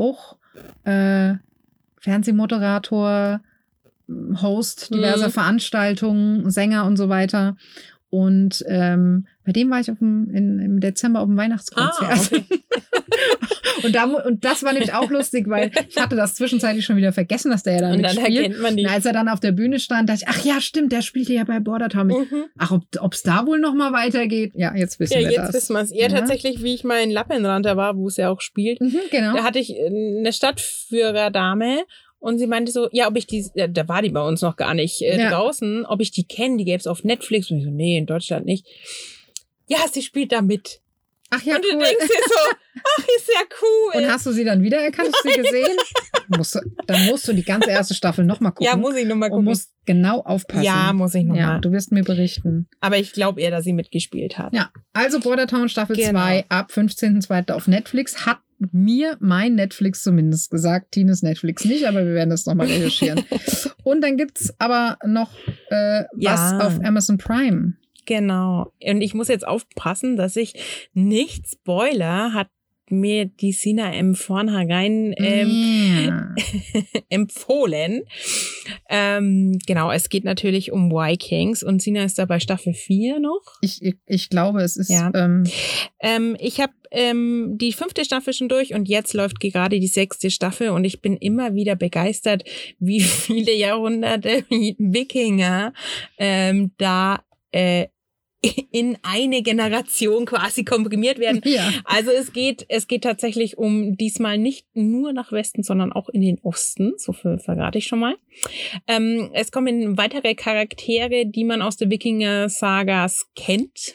äh, Fernsehmoderator, Host diverser mhm. Veranstaltungen, Sänger und so weiter. Und ähm, bei dem war ich auf dem, in, im Dezember auf dem Weihnachtskonzert. Ah, okay. und, da, und das war nämlich auch lustig, weil ich hatte das zwischenzeitlich schon wieder vergessen, dass der ja da und dann mitspielt. erkennt man die. Und als er dann auf der Bühne stand, dachte ich, ach ja, stimmt, der spielte ja bei Bordertown mit. Mhm. Ach, ob es da wohl noch mal weitergeht? Ja, jetzt wissen ja, wir jetzt das. Ja, jetzt wissen wir es. Ja, tatsächlich, wie ich mal in Lappenrand da war, wo es ja auch spielt, mhm, genau. da hatte ich eine Stadtführerdame. Und sie meinte so, ja, ob ich die, ja, da war die bei uns noch gar nicht äh, ja. draußen, ob ich die kenne, die gäbe es auf Netflix. Und ich so, nee, in Deutschland nicht. Ja, sie spielt da mit. Ach ja, und cool. du denkst dir so, ach, ist ja cool. Und hast du sie dann wiedererkannt, hast du sie gesehen? musst du, dann musst du die ganze erste Staffel nochmal gucken. Ja, muss ich nochmal gucken. Und musst genau aufpassen. Ja, muss ich nochmal. Ja, du wirst mir berichten. Aber ich glaube eher, dass sie mitgespielt hat. Ja, also Bordertown Staffel zwei genau. ab fünfzehnten zweiten auf Netflix hat mir mein Netflix zumindest gesagt. Tines Netflix nicht, aber wir werden das nochmal recherchieren. Und dann gibt's aber noch äh, was ja. auf Amazon Prime. Genau. Und ich muss jetzt aufpassen, dass ich nicht spoiler, hat mir die Sina im Vornherein ähm, yeah. empfohlen. Ähm, genau, es geht natürlich um Vikings und Sina ist da bei Staffel vier noch. Ich, ich, ich glaube, es ist... Ja. Ähm, ähm, ich habe ähm, die fünfte Staffel schon durch und jetzt läuft gerade die sechste Staffel und ich bin immer wieder begeistert, wie viele Jahrhunderte Wikinger ähm, da äh, in eine Generation quasi komprimiert werden. Ja. Also es geht, es geht tatsächlich um diesmal nicht nur nach Westen, sondern auch in den Osten. So viel verrate ich schon mal. Ähm, es kommen weitere Charaktere, die man aus der Wikinger-Sagas kennt.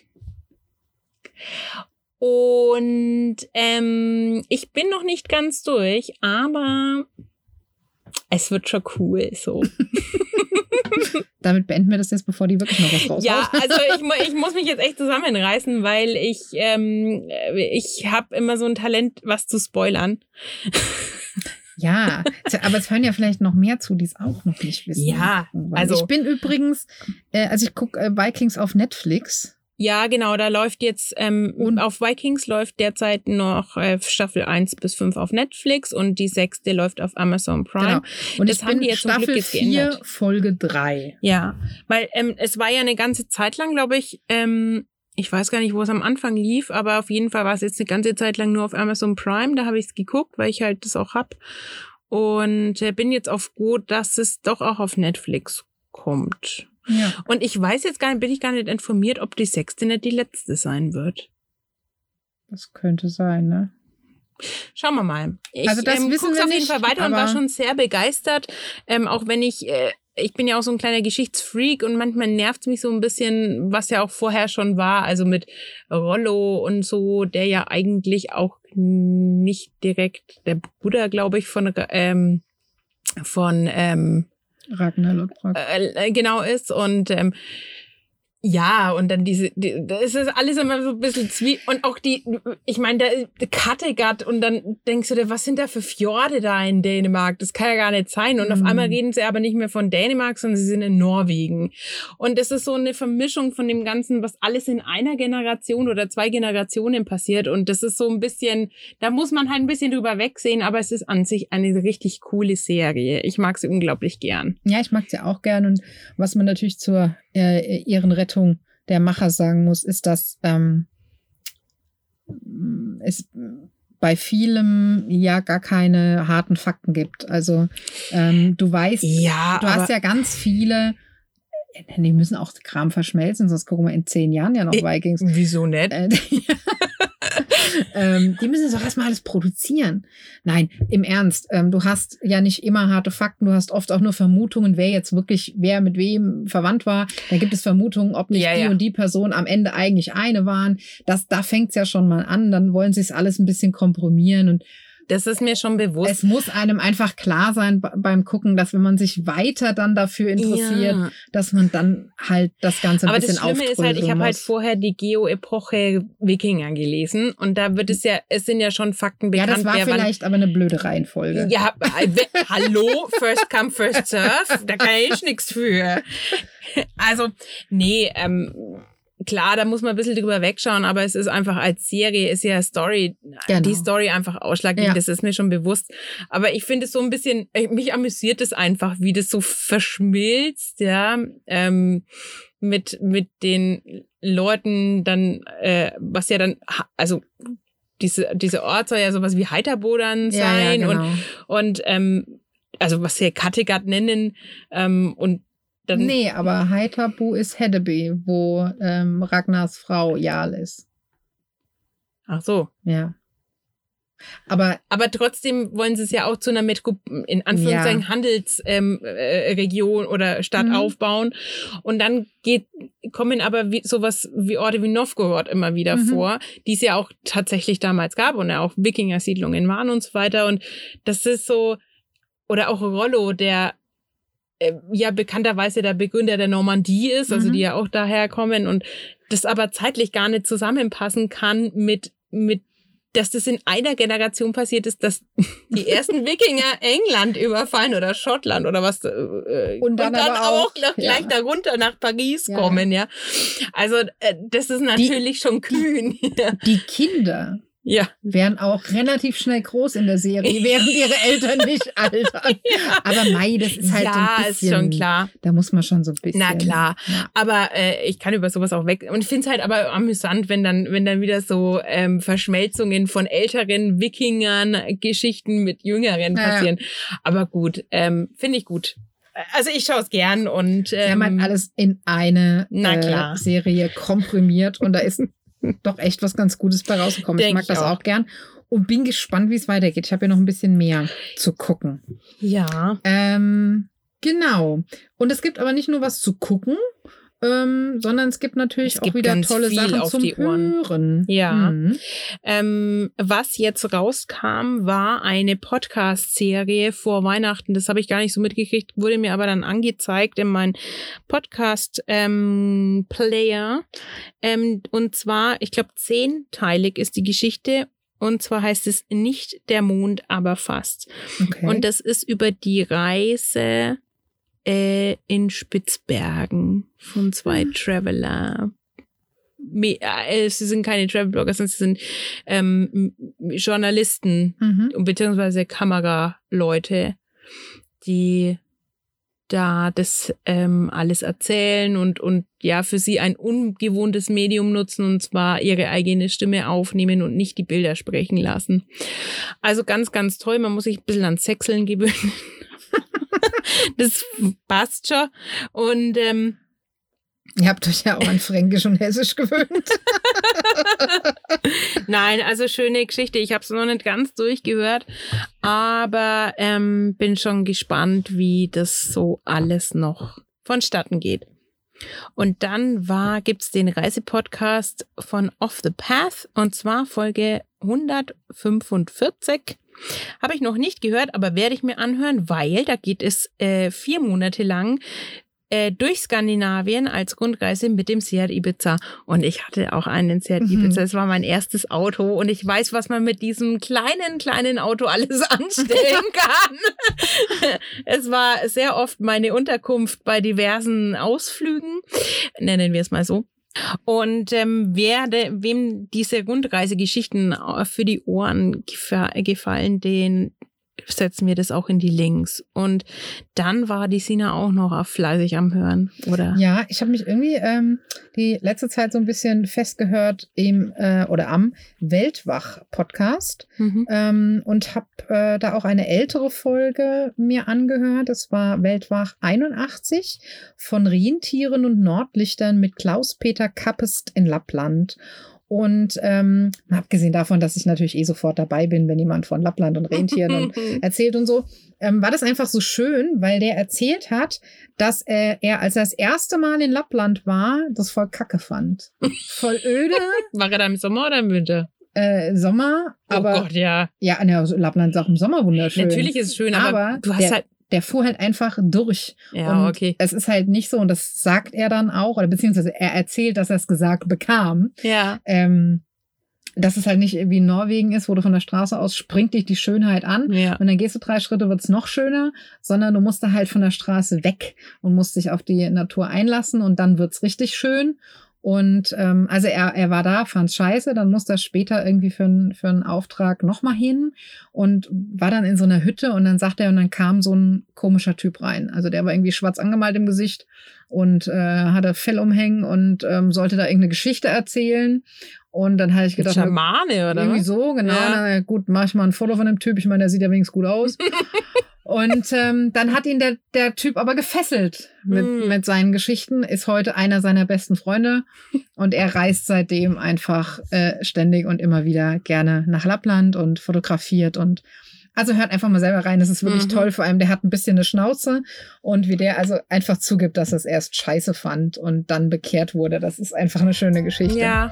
Und ähm, ich bin noch nicht ganz durch, aber es wird schon cool so. Damit beenden wir das jetzt, bevor die wirklich noch was raushaut. Ja, also ich, ich muss mich jetzt echt zusammenreißen, weil ich ähm, ich habe immer so ein Talent, was zu spoilern. Ja, aber es hören ja vielleicht noch mehr zu, die es auch noch nicht wissen. Ja, also ich bin übrigens, äh, also ich gucke äh, Vikings auf Netflix. Ja, genau, da läuft jetzt, ähm, und auf Vikings läuft derzeit noch äh, Staffel eins bis fünf auf Netflix und die sechste läuft auf Amazon Prime. Genau. Und das ich haben bin die jetzt Staffel zum Glück jetzt vier, geändert. Folge drei. Ja, weil ähm, es war ja eine ganze Zeit lang, glaube ich, ähm, ich weiß gar nicht, wo es am Anfang lief, aber auf jeden Fall war es jetzt eine ganze Zeit lang nur auf Amazon Prime, da habe ich es geguckt, weil ich halt das auch hab. Und äh, bin jetzt auf gut, dass es doch auch auf Netflix kommt. Ja. Und ich weiß jetzt gar nicht, bin ich gar nicht informiert, ob die sechste nicht die letzte sein wird. Das könnte sein, ne? Schauen wir mal. Ich also das ähm, wissen wir auf nicht, jeden Fall weiter und war schon sehr begeistert. Ähm, auch wenn ich, äh, ich bin ja auch so ein kleiner Geschichtsfreak und manchmal nervt es mich so ein bisschen, was ja auch vorher schon war, also mit Rollo und so, der ja eigentlich auch nicht direkt der Bruder, glaube ich, von ähm, von ähm, Ragnar Lodbrok. Äh, genau ist und ähm, ja, und dann diese, die, das ist alles immer so ein bisschen zwie... Und auch die, ich meine, der, der Kattegat und dann denkst du dir, was sind da für Fjorde da in Dänemark? Das kann ja gar nicht sein. Und mhm. auf einmal reden sie aber nicht mehr von Dänemark, sondern sie sind in Norwegen. Und das ist so eine Vermischung von dem Ganzen, was alles in einer Generation oder zwei Generationen passiert. Und das ist so ein bisschen, da muss man halt ein bisschen drüber wegsehen, aber es ist an sich eine richtig coole Serie. Ich mag sie unglaublich gern. Ja, ich mag sie auch gern. Und was man natürlich zur äh, ihren Rettung der Macher sagen muss, ist, dass ähm, es bei vielem ja gar keine harten Fakten gibt. Also ähm, du weißt, ja, du hast ja ganz viele, die müssen auch Kram verschmelzen, sonst gucken wir in zehn Jahren ja noch Vikings. Wieso nicht? Äh, ähm, die müssen doch erstmal alles produzieren. Nein, im Ernst, ähm, du hast ja nicht immer harte Fakten, du hast oft auch nur Vermutungen, wer jetzt wirklich, wer mit wem verwandt war. Da gibt es Vermutungen, ob nicht ja, die ja. und die Person am Ende eigentlich eine waren. Das, da fängt es ja schon mal an, dann wollen sie es alles ein bisschen komprimieren und das ist mir schon bewusst. Es muss einem einfach klar sein beim Gucken, dass wenn man sich weiter dann dafür interessiert, ja. dass man dann halt das Ganze ein Aber bisschen aufdröseln muss. Aber das Schlimme ist halt, ich habe halt vorher die Geo-Epoche Wikinger gelesen und da wird es ja, es sind ja schon Fakten bekannt. Ja, das war vielleicht wann, aber eine blöde Reihenfolge. Ja, hallo, first come, first serve, da kann ich nichts für. Also, nee, ähm, klar, da muss man ein bisschen drüber wegschauen, aber es ist einfach als Serie, ist ja Story, Genau. die Story einfach ausschlaggebend, Ja. das ist mir schon bewusst. Aber ich finde es so ein bisschen, mich amüsiert es einfach, wie das so verschmilzt, ja, ähm, mit, mit den Leuten dann, äh, was ja dann, also diese, diese Ort soll ja sowas wie Heiterbo dann sein ja, ja, genau. und, und ähm, also was wir Kattegat nennen ähm, und dann Nee, aber Heiterbo ist Hedeby, wo ähm, Ragnars Frau Jarl ist. Ach so. Ja. Aber Aber trotzdem wollen sie es ja auch zu einer Metro, in Anführungszeichen Ja. Handelsregion äh, Region oder Stadt Mhm. aufbauen. Und dann geht, kommen aber wie, sowas wie Orte wie Novgorod immer wieder Mhm. vor, die es ja auch tatsächlich damals gab und ja auch Wikinger-Siedlungen waren und so weiter. Und das ist so, oder auch Rollo, der äh, ja bekannterweise der Begründer der Normandie ist, also Mhm. die ja auch daher kommen und das aber zeitlich gar nicht zusammenpassen kann mit, mit dass das in einer Generation passiert ist, dass die ersten Wikinger England überfallen oder Schottland oder was äh, Und dann aber auch, auch, noch gleich ja. darunter nach Paris Ja. kommen, ja. Also äh, das ist natürlich schon kühn. die Kinder ja. werden auch relativ schnell groß in der Serie, während ihre Eltern nicht altern. Aber Mai, das ist halt ja, so ein bisschen... ist schon klar. Da muss man schon so ein bisschen... Na klar, Ja. aber äh, ich kann über sowas auch weg. Und ich finde es halt aber amüsant, wenn dann, wenn dann wieder so ähm, Verschmelzungen von älteren Wikingern, Geschichten mit jüngeren Ja, ja. passieren. Aber gut, ähm, finde ich gut. Also ich schaue es gern und Sie haben ähm, halt alles in eine na äh, klar. Serie komprimiert und da ist doch echt was ganz Gutes bei rausgekommen. Ich Denk mag ich das auch. auch gern und bin gespannt, wie es weitergeht. Ich habe ja noch ein bisschen mehr zu gucken. ja. Ähm, genau. Und es gibt aber nicht nur was zu gucken, ähm, sondern es gibt natürlich Es auch gibt wieder ganz tolle viel Sachen auf zum die Ohren. Hören. Ja. Mhm. Ähm, was jetzt rauskam, war eine Podcast-Serie vor Weihnachten. Das habe ich gar nicht so mitgekriegt, wurde mir aber dann angezeigt in meinen Podcast-Player. Ähm, und zwar, ich glaube, zehnteilig ist die Geschichte. Und zwar heißt es nicht der Mond, aber fast. Okay. Und das ist über die Reise äh, in Spitzbergen von zwei Traveler. Me- äh, Sie sind keine Travel-Blogger, sondern sie sind ähm, Journalisten mhm. beziehungsweise Kameraleute, die da das ähm, alles erzählen und, und ja, für sie ein ungewohntes Medium nutzen und zwar ihre eigene Stimme aufnehmen und nicht die Bilder sprechen lassen. Also ganz, ganz toll. Man muss sich ein bisschen an Sechseln gewöhnen. Das passt schon. Und ähm, Ihr habt euch ja auch an Fränkisch und Hessisch gewöhnt. Nein, also schöne Geschichte. Ich habe es noch nicht ganz durchgehört, aber ähm, bin schon gespannt, wie das so alles noch vonstatten geht. Und dann war gibt's den Reisepodcast von Off the Path und zwar Folge hundertfünfundvierzig. Habe ich noch nicht gehört, aber werde ich mir anhören, weil da geht es äh, vier Monate lang äh, durch Skandinavien als Rundreise mit dem Seat Ibiza. Und ich hatte auch einen Seat Mhm. Ibiza. Das war mein erstes Auto und ich weiß, was man mit diesem kleinen, kleinen Auto alles anstellen kann. Es war sehr oft meine Unterkunft bei diversen Ausflügen, nennen wir es mal so. Und ähm, wer de, wem diese Rundreisegeschichten für die Ohren gefa- gefallen, den setzen wir das auch in die Links. Und dann war die Sina auch noch auf fleißig am Hören, oder? Ja, ich habe mich irgendwie ähm, die letzte Zeit so ein bisschen festgehört im äh, oder am Weltwach-Podcast Mhm. ähm, und habe äh, da auch eine ältere Folge mir angehört. Das war Weltwach einundachtzig von Rentieren und Nordlichtern mit Klaus-Peter Kappest in Lappland. Und ähm, abgesehen davon, dass ich natürlich eh sofort dabei bin, wenn jemand von Lappland und Rentieren und erzählt und so, ähm, war das einfach so schön, weil der erzählt hat, dass er, er, als er das erste Mal in Lappland war, das voll kacke fand. Voll öde, War er da im Sommer oder im Winter? äh, Sommer, aber oh Gott, ja. ja, ne, also Lappland ist auch im Sommer wunderschön. Natürlich ist es schön, aber, aber du hast der, halt. der fuhr halt einfach durch. Ja, und okay. es ist halt nicht so, und das sagt er dann auch, oder beziehungsweise er erzählt, dass er es gesagt bekam. Ja. Ähm, dass es halt nicht wie in Norwegen ist, wo du von der Straße aus springt dich die Schönheit an Ja. und dann gehst du drei Schritte, wird's noch schöner, sondern du musst da halt von der Straße weg und musst dich auf die Natur einlassen und dann wird's richtig schön. Und ähm, also er, er war da, fand's scheiße, dann musste er später irgendwie für, ein, für einen Auftrag nochmal hin und war dann in so einer Hütte und dann sagt er, und dann kam so ein komischer Typ rein. Also der war irgendwie schwarz angemalt im Gesicht und äh, hatte Fell umhängen und ähm, sollte da irgendeine Geschichte erzählen. Und dann hatte ich gedacht, Schamane, oder irgendwie was? so, genau. Ja. Na, gut, mach ich mal ein Foto von dem Typ. Ich meine, der sieht ja wenigstens gut aus. Und ähm, dann hat ihn der, der Typ aber gefesselt mit, Mm. mit seinen Geschichten, ist heute einer seiner besten Freunde und er reist seitdem einfach äh, ständig und immer wieder gerne nach Lappland und fotografiert und also hört einfach mal selber rein, das ist wirklich Mhm. toll, vor allem der hat ein bisschen eine Schnauze und wie der also einfach zugibt, dass er es erst scheiße fand und dann bekehrt wurde, das ist einfach eine schöne Geschichte. Ja.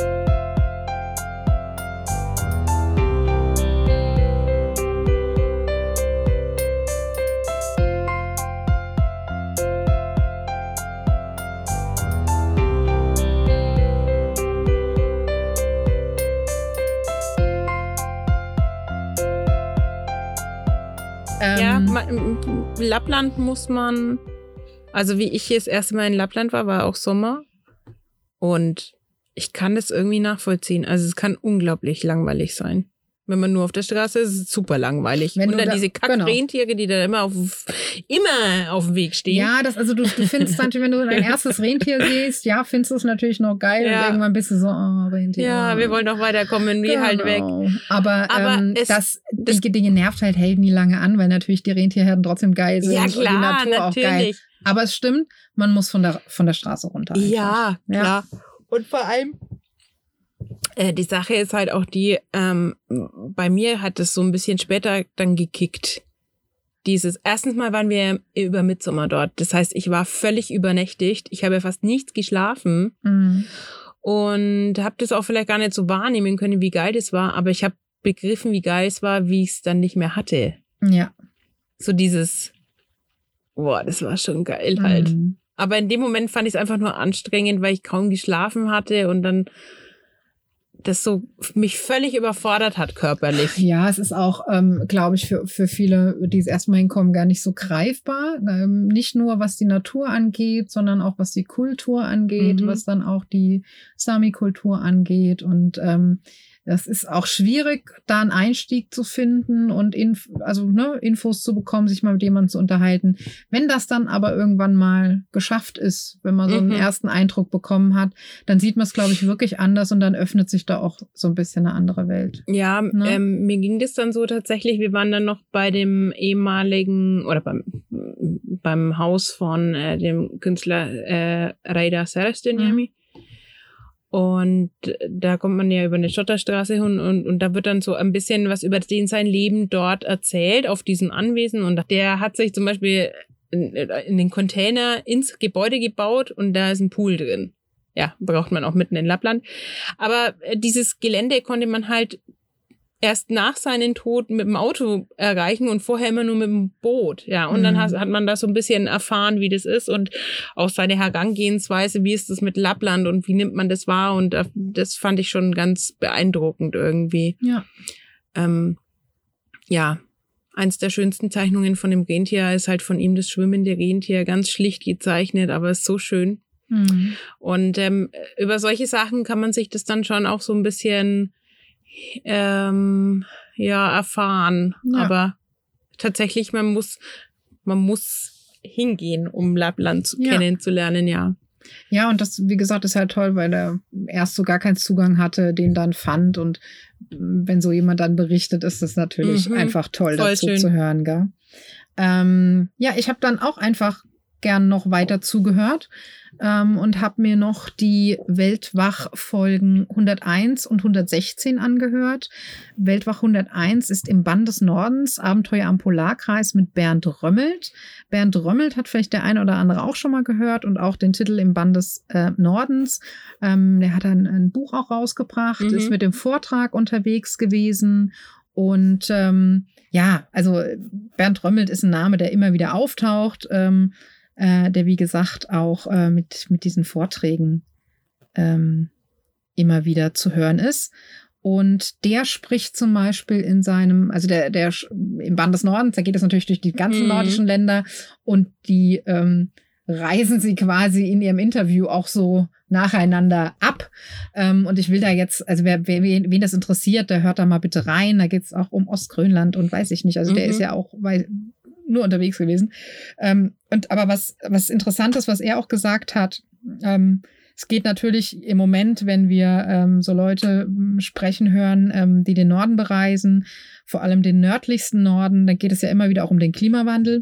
Ähm, Ja, ma- im Lappland muss man, also wie ich hier das erste Mal in Lappland war, war auch Sommer. Und ich kann das irgendwie nachvollziehen. Also es kann unglaublich langweilig sein. Wenn man nur auf der Straße ist, ist es super langweilig. Wenn Und du dann da- diese genau. Kack-Rentiere, die da immer auf, immer auf dem Weg stehen. Ja, das, also du, du findest natürlich, wenn du dein erstes Rentier siehst, ja, findest du es natürlich noch geil Ja. und irgendwann bist du so, oh, Rentier. Ja, wir wollen doch weiterkommen, wie halt weg. Genau. Aber, Aber ähm, es- das, das- die Dinge nervt halt Helden nie lange an, weil natürlich die Rentierherden trotzdem geil sind Ja, und die klar, Natur auch geil. natürlich. Aber es stimmt, man muss von der, von der Straße runter. einfach. Ja, Ja. klar. Und vor allem, äh, die Sache ist halt auch die, ähm, bei mir hat es so ein bisschen später dann gekickt. Dieses, erstens mal waren wir über Mittsommer dort. Das heißt, ich war völlig übernächtigt. Ich habe fast nichts geschlafen Mhm. und habe das auch vielleicht gar nicht so wahrnehmen können, wie geil das war. Aber ich habe begriffen, wie geil es war, wie ich es dann nicht mehr hatte. Ja. So dieses, boah, das war schon geil halt. Mhm. Aber in dem Moment fand ich es einfach nur anstrengend, weil ich kaum geschlafen hatte und dann das so mich völlig überfordert hat körperlich. Ja, es ist auch, ähm, glaube ich, für, für viele, die es erstmal hinkommen, gar nicht so greifbar. Ähm, nicht nur was die Natur angeht, sondern auch was die Kultur angeht, Mhm. was dann auch die Sami-Kultur angeht. Und ähm, das ist auch schwierig, da einen Einstieg zu finden und Inf also ne, Infos zu bekommen, sich mal mit jemandem zu unterhalten. Wenn das dann aber irgendwann mal geschafft ist, wenn man so einen Mhm. ersten Eindruck bekommen hat, dann sieht man es, glaube ich, wirklich anders und dann öffnet sich da auch so ein bisschen eine andere Welt. Ja, Ne? ähm, mir ging das dann so tatsächlich, wir waren dann noch bei dem ehemaligen oder beim, beim Haus von äh, dem Künstler äh, Reidar Serestönjärvi. Und da kommt man ja über eine Schotterstraße hin und, und da wird dann so ein bisschen was über den sein Leben dort erzählt auf diesem Anwesen. Und der hat sich zum Beispiel in, in den Container ins Gebäude gebaut und da ist ein Pool drin. Ja, braucht man auch mitten in Lappland. Aber äh, dieses Gelände konnte man halt erst nach seinem Tod mit dem Auto erreichen und vorher immer nur mit dem Boot. Ja, und dann Mhm. hat, hat man da so ein bisschen erfahren, wie das ist und auch seine Herangehensweise, wie ist das mit Lappland und wie nimmt man das wahr und da- das fand ich schon ganz beeindruckend irgendwie. Ja. Ähm, ja, eins der schönsten Zeichnungen von dem Rentier ist halt von ihm das schwimmende Rentier, ganz schlicht gezeichnet, aber ist so schön. Mhm. Und ähm, über solche Sachen kann man sich das dann schon auch so ein bisschen ähm, ja erfahren. Ja. Aber tatsächlich, man muss, man muss hingehen, um Lappland zu Ja. kennenzulernen, ja. Ja, und das, wie gesagt, ist halt toll, weil er erst so gar keinen Zugang hatte, den dann fand. Und wenn so jemand dann berichtet, ist das natürlich Mhm. einfach toll, Voll dazu schön. zu hören, gell? Ähm, ja, ich habe dann auch einfach gern noch weiter zugehört ähm, und habe mir noch die Weltwach-Folgen hunderteins und hundertsechzehn angehört. Weltwach hunderteins ist im Bann des Nordens, Abenteuer am Polarkreis mit Bernd Römmelt. Bernd Römmelt hat vielleicht der eine oder andere auch schon mal gehört und auch den Titel im Bann des äh, Nordens. Ähm, der hat ein, ein Buch auch rausgebracht, Mhm. ist mit dem Vortrag unterwegs gewesen und ähm, ja, also Bernd Römmelt ist ein Name, der immer wieder auftaucht, ähm, äh, der wie gesagt auch äh, mit, mit diesen Vorträgen ähm, immer wieder zu hören ist. Und der spricht zum Beispiel in seinem, also der, der im Band des Nordens, da geht es natürlich durch die ganzen Mhm. nordischen Länder und die ähm, reisen sie quasi in ihrem Interview auch so nacheinander ab. Ähm, und ich will da jetzt, also wer, wer wen das interessiert, der hört da mal bitte rein. Da geht es auch um Ostgrönland und weiß ich nicht. Also mhm. der ist ja auch weil, nur unterwegs gewesen. Ähm, und aber was, was interessant ist, was er auch gesagt hat, ähm, es geht natürlich im Moment, wenn wir ähm, so Leute ähm, sprechen hören, ähm, die den Norden bereisen, vor allem den nördlichsten Norden, dann geht es ja immer wieder auch um den Klimawandel.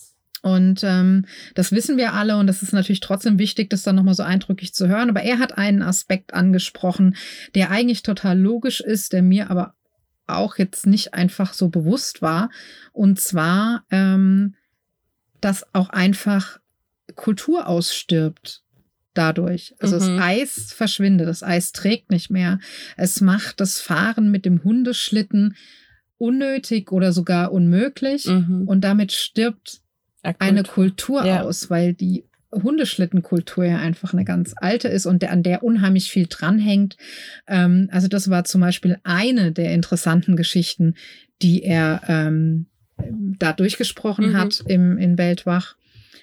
Und ähm, das wissen wir alle und das ist natürlich trotzdem wichtig, das dann nochmal so eindrücklich zu hören. Aber er hat einen Aspekt angesprochen, der eigentlich total logisch ist, der mir aber auch jetzt nicht einfach so bewusst war. Und zwar, ähm, dass auch einfach Kultur ausstirbt dadurch. Also mhm. das Eis verschwindet, das Eis trägt nicht mehr. Es macht das Fahren mit dem Hundeschlitten unnötig oder sogar unmöglich. Mhm. Und damit stirbt Kultur. eine Kultur ja. aus, weil die Hundeschlittenkultur ja einfach eine ganz alte ist und der, an der unheimlich viel dranhängt. Ähm, also das war zum Beispiel eine der interessanten Geschichten, die er ähm, da durchgesprochen mhm. hat im, in Weltwach.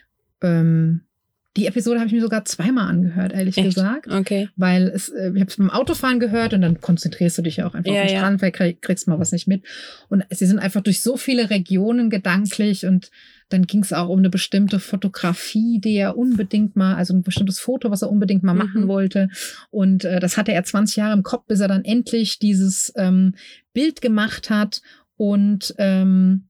Ähm, Die Episode habe ich mir sogar zweimal angehört, ehrlich Echt? gesagt. Okay. Weil es, ich habe es beim Autofahren gehört und dann konzentrierst du dich ja auch einfach ja, auf den ja. Strand, weil krieg, kriegst mal was nicht mit. Und sie sind einfach durch so viele Regionen gedanklich und dann ging es auch um eine bestimmte Fotografie, die er unbedingt mal, also ein bestimmtes Foto, was er unbedingt mal mhm. machen wollte. Und äh, das hatte er zwanzig Jahre im Kopf, bis er dann endlich dieses ähm, Bild gemacht hat und ähm,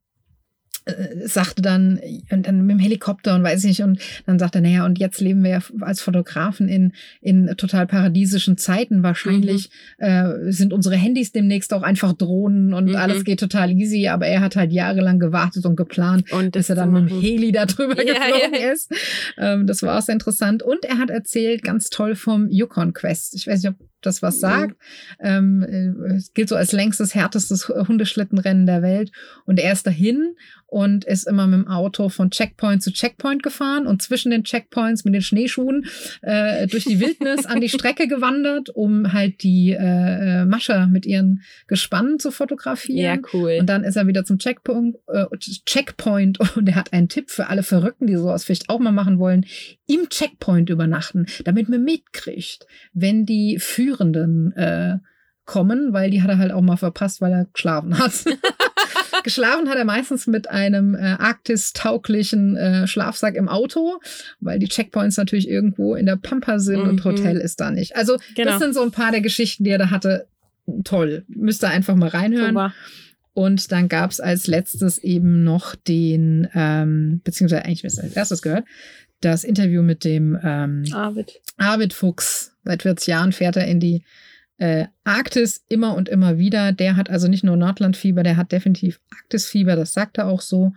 sagte dann, und dann mit dem Helikopter und weiß nicht, und dann sagt er, naja, und jetzt leben wir ja als Fotografen in, in total paradiesischen Zeiten. Wahrscheinlich mhm. äh, sind unsere Handys demnächst auch einfach Drohnen und mhm. alles geht total easy, aber er hat halt jahrelang gewartet und geplant, und bis er dann mit dem Heli da drüber ja, geflogen ja. ist. Ähm, das war auch sehr interessant. Und er hat erzählt, ganz toll, vom Yukon Quest. Ich weiß nicht, ob das was sagt. Mhm. Ähm, es gilt so als längstes, härtestes Hundeschlittenrennen der Welt. Und er ist dahin und ist immer mit dem Auto von Checkpoint zu Checkpoint gefahren und zwischen den Checkpoints mit den Schneeschuhen äh, durch die Wildnis an die Strecke gewandert, um halt die äh, Mascher mit ihren Gespannen zu fotografieren. Ja, cool. Und dann ist er wieder zum Checkpoint, äh, Checkpoint und er hat einen Tipp für alle Verrückten, die sowas vielleicht auch mal machen wollen, im Checkpoint übernachten, damit man mitkriegt, wenn die Führenden äh, kommen, weil die hat er halt auch mal verpasst, weil er geschlafen hat. Geschlafen hat er meistens mit einem äh, arktistauglichen äh, Schlafsack im Auto, weil die Checkpoints natürlich irgendwo in der Pampa sind mhm. und Hotel ist da nicht. Also genau. das sind so ein paar der Geschichten, die er da hatte. Toll, müsst ihr einfach mal reinhören. Super. Und dann gab es als letztes eben noch den, ähm, beziehungsweise eigentlich, was als erstes gehört, das Interview mit dem ähm, Arvid. Arvid Fuchs. Seit vierzig Jahren fährt er in die äh, Arktis immer und immer wieder. Der hat also nicht nur Nordlandfieber, der hat definitiv Arktisfieber, das sagt er auch so.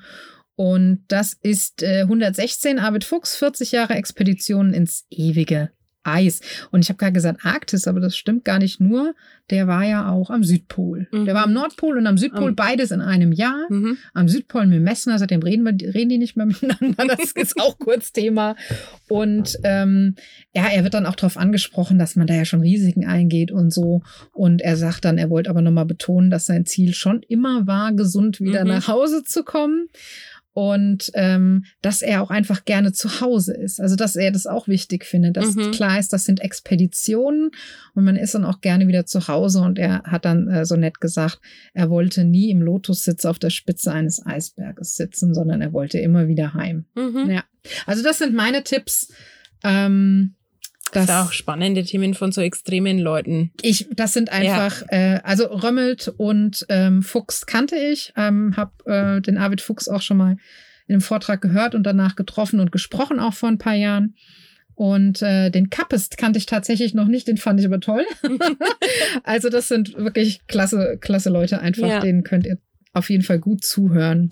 Und das ist äh, hundertsechzehn, Arvid Fuchs, vierzig Jahre Expeditionen ins ewige Eis. Und ich habe gerade gesagt Arktis, aber das stimmt gar nicht nur. Der war ja auch am Südpol. Mhm. Der war am Nordpol und am Südpol, um. beides in einem Jahr. Mhm. Am Südpol mit Messner, seitdem reden, wir, reden die nicht mehr miteinander. Das ist auch kurz Thema. Und ähm, ja, er wird dann auch darauf angesprochen, dass man da ja schon Risiken eingeht und so. Und er sagt dann, er wollte aber nochmal betonen, dass sein Ziel schon immer war, gesund wieder mhm. nach Hause zu kommen. Und ähm, dass er auch einfach gerne zu Hause ist. Also dass er das auch wichtig findet, dass mhm. klar ist, das sind Expeditionen und man ist dann auch gerne wieder zu Hause. Und er hat dann äh, so nett gesagt, er wollte nie im Lotussitz auf der Spitze eines Eisberges sitzen, sondern er wollte immer wieder heim. Mhm. Ja, also das sind meine Tipps. Ähm, Das, das ist auch spannende Themen von so extremen Leuten. Ich, das sind einfach, ja. äh, also Römmelt und ähm, Fuchs kannte ich, ähm, habe äh, den Arvid Fuchs auch schon mal in einem Vortrag gehört und danach getroffen und gesprochen, auch vor ein paar Jahren. Und äh, den Kappest kannte ich tatsächlich noch nicht, den fand ich aber toll. Also das sind wirklich klasse, klasse Leute einfach, ja. denen könnt ihr auf jeden Fall gut zuhören.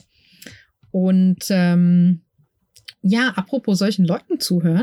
Und ähm, ja, apropos solchen Leuten zuhören,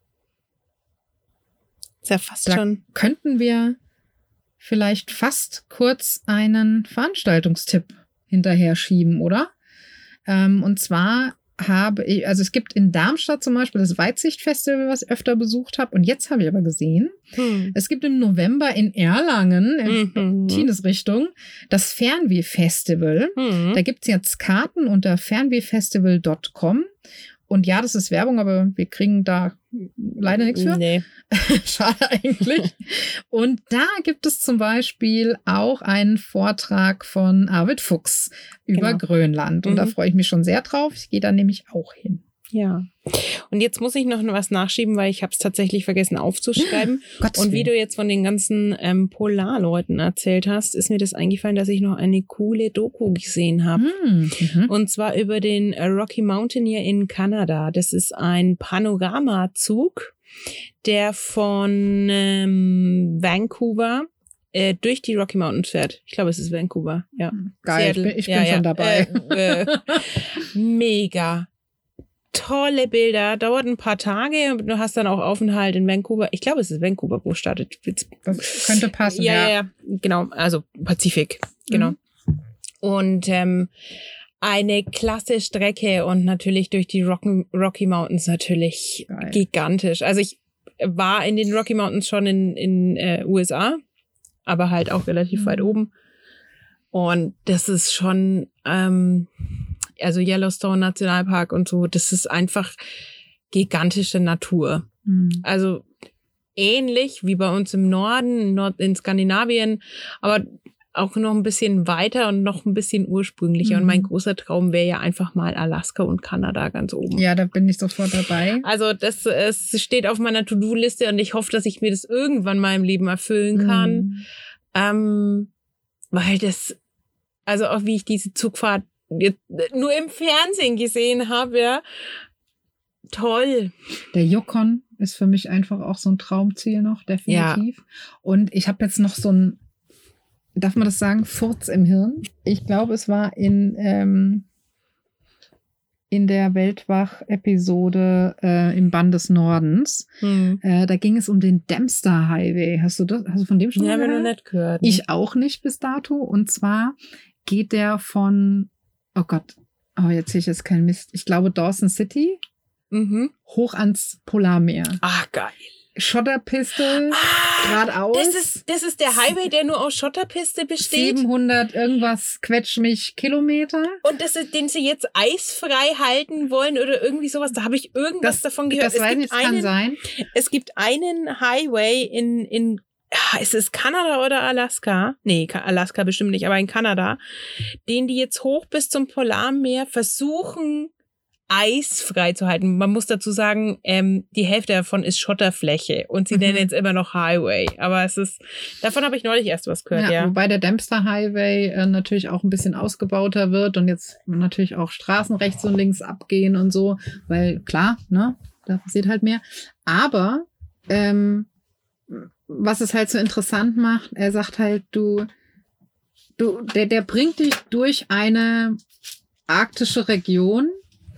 ist ja fast da schon. Könnten wir vielleicht fast kurz einen Veranstaltungstipp hinterher schieben, oder? Ähm, und zwar habe ich, also es gibt in Darmstadt zum Beispiel das Weitsicht-Festival, was ich öfter besucht habe. Und jetzt habe ich aber gesehen, hm. es gibt im November in Erlangen, in mhm. Tienes-Richtung, das Fernweh-Festival. Mhm. Da gibt es jetzt Karten unter fernwehfestival punkt com. Und ja, das ist Werbung, aber wir kriegen da leider nichts für. Nee. Schade eigentlich. Und da gibt es zum Beispiel auch einen Vortrag von Arvid Fuchs über Genau. Grönland. Und Mhm. da freue ich mich schon sehr drauf. Ich gehe da nämlich auch hin. Ja. Und jetzt muss ich noch was nachschieben, weil ich habe es tatsächlich vergessen aufzuschreiben. Gottes Und wie Willen. du jetzt von den ganzen ähm, Polarleuten erzählt hast, ist mir das eingefallen, dass ich noch eine coole Doku gesehen habe. Hm, mhm. Und zwar über den äh, Rocky Mountaineer in Kanada. Das ist ein Panoramazug, der von ähm, Vancouver äh, durch die Rocky Mountains fährt. Ich glaube, es ist Vancouver. Ja. Geil, ich Seattle. bin, ich bin Ja, schon ja. dabei. Äh, äh, mega. Tolle Bilder, dauert ein paar Tage. Du hast dann auch Aufenthalt in Vancouver. Ich glaube, es ist Vancouver, wo startet. Das könnte passen, Ja, ja. ja, ja, genau. Also Pazifik, genau. Mhm. Und ähm, eine klasse Strecke und natürlich durch die Rocky, Rocky Mountains natürlich Geil. gigantisch. Also ich war in den Rocky Mountains schon in in äh, U S A, aber halt auch relativ Mhm. weit oben. Und das ist schon, ähm, also Yellowstone Nationalpark und so, das ist einfach gigantische Natur. Hm. Also ähnlich wie bei uns im Norden, Nord in Skandinavien, aber auch noch ein bisschen weiter und noch ein bisschen ursprünglicher. Mhm. Und mein großer Traum wäre ja einfach mal Alaska und Kanada ganz oben. Ja, da bin ich sofort dabei. Also das es steht auf meiner To-Do-Liste und ich hoffe, dass ich mir das irgendwann mal im Leben erfüllen kann. Hm. Ähm, weil das, also auch wie ich diese Zugfahrt jetzt nur im Fernsehen gesehen habe, ja, toll. Der Yukon ist für mich einfach auch so ein Traumziel noch, definitiv. Und ich habe jetzt noch so ein, darf man das sagen, Furz im Hirn. Ich glaube, es war in, ähm, in der Weltwach-Episode äh, im Band des Nordens. Hm. Äh, da ging es um den Dempster Highway. Hast du das, hast du von dem schon Ja, mal habe ich noch gehört? nicht gehört. Ich auch nicht bis dato. Und zwar geht der von, oh Gott, oh, jetzt sehe ich jetzt keinen Mist. Ich glaube Dawson City Mhm. hoch ans Polarmeer. Ach, geil. Schotterpiste, Ah, geradeaus. das ist, das ist der Highway, der nur aus Schotterpiste besteht. siebenhundert irgendwas quetsch mich Kilometer. Und das ist, den sie jetzt eisfrei halten wollen oder irgendwie sowas. Da habe ich irgendwas davon gehört. Das weiß nicht, das kann einen, sein. es gibt einen Highway in, in, ah, ist es Kanada oder Alaska? Nee, Ka- Alaska bestimmt nicht, aber in Kanada, den die jetzt hoch bis zum Polarmeer versuchen, eisfrei zu halten. Man muss dazu sagen, ähm, die Hälfte davon ist Schotterfläche und sie Mhm. nennen es immer noch Highway. Aber es ist, davon habe ich neulich erst was gehört, Ja, ja. wobei der Dempster Highway äh, natürlich auch ein bisschen ausgebauter wird und jetzt natürlich auch Straßen rechts und links abgehen und so, weil klar, ne, da passiert halt mehr. Aber ähm, was es halt so interessant macht, er sagt halt, du, du, der, der bringt dich durch eine arktische Region,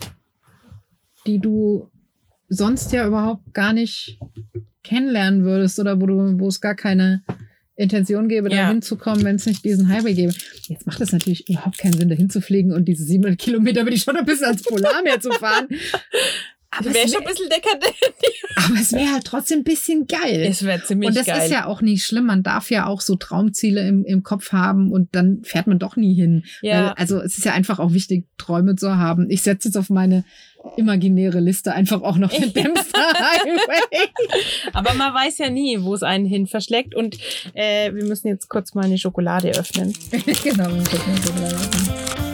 die du sonst ja überhaupt gar nicht kennenlernen würdest oder wo du, wo es gar keine Intention gäbe, da Ja. hinzukommen, wenn es nicht diesen Highway gäbe. Jetzt macht es natürlich überhaupt keinen Sinn, da hinzufliegen und diese siebenhundert Kilometer über die Schotter bis ans Polarmeer zu fahren. Aber Das wäre es schon ein wäre bisschen dekadent. wär halt trotzdem ein bisschen geil. Es wäre ziemlich Und das geil. ist ja auch nicht schlimm. Man darf ja auch so Traumziele im, im Kopf haben und dann fährt man doch nie hin. Ja. Weil, also es ist ja einfach auch wichtig, Träume zu haben. Ich setze jetzt auf meine imaginäre Liste einfach auch noch den Dempster Highway. Aber man weiß ja nie, wo es einen hin verschlägt. Und äh, wir müssen jetzt kurz mal eine Schokolade öffnen. Genau. das muss man so bleiben.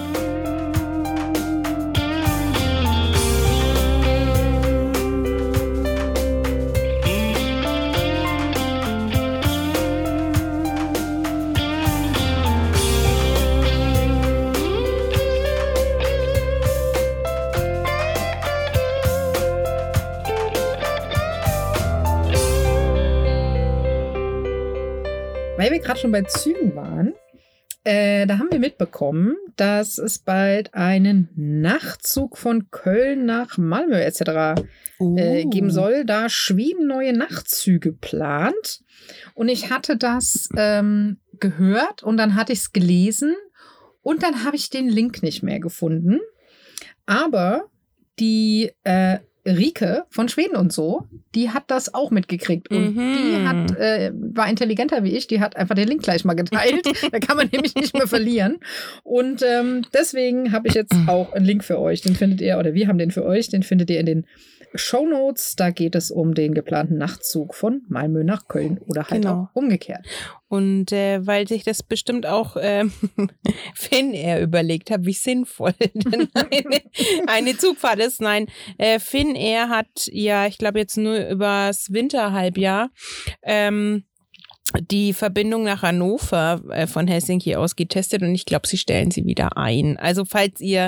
Weil wir gerade schon bei Zügen waren, äh, da haben wir mitbekommen, dass es bald einen Nachtzug von Köln nach Malmö et cetera äh, geben soll, da Schweden neue Nachtzüge plant. Und ich hatte das ähm, gehört und dann hatte ich es gelesen und dann habe ich den Link nicht mehr gefunden. Aber die äh, Rike von Schweden und so, die hat das auch mitgekriegt. Und Mhm. die hat, äh, war intelligenter wie ich, die hat einfach den Link gleich mal geteilt. Da kann man nämlich nicht mehr verlieren. Und ähm, deswegen habe ich jetzt auch einen Link für euch. Den findet ihr, oder wir haben den für euch, den findet ihr in den Shownotes. Da geht es um den geplanten Nachtzug von Malmö nach Köln oder halt Genau. auch umgekehrt. Und äh, weil sich das bestimmt auch ähm, Finnair überlegt hat, wie sinnvoll denn eine, eine Zugfahrt ist. Nein, äh, Finnair hat ja, ich glaube jetzt nur übers Winterhalbjahr, ähm, die Verbindung nach Hannover äh, von Helsinki aus getestet und ich glaube, sie stellen sie wieder ein. Also falls ihr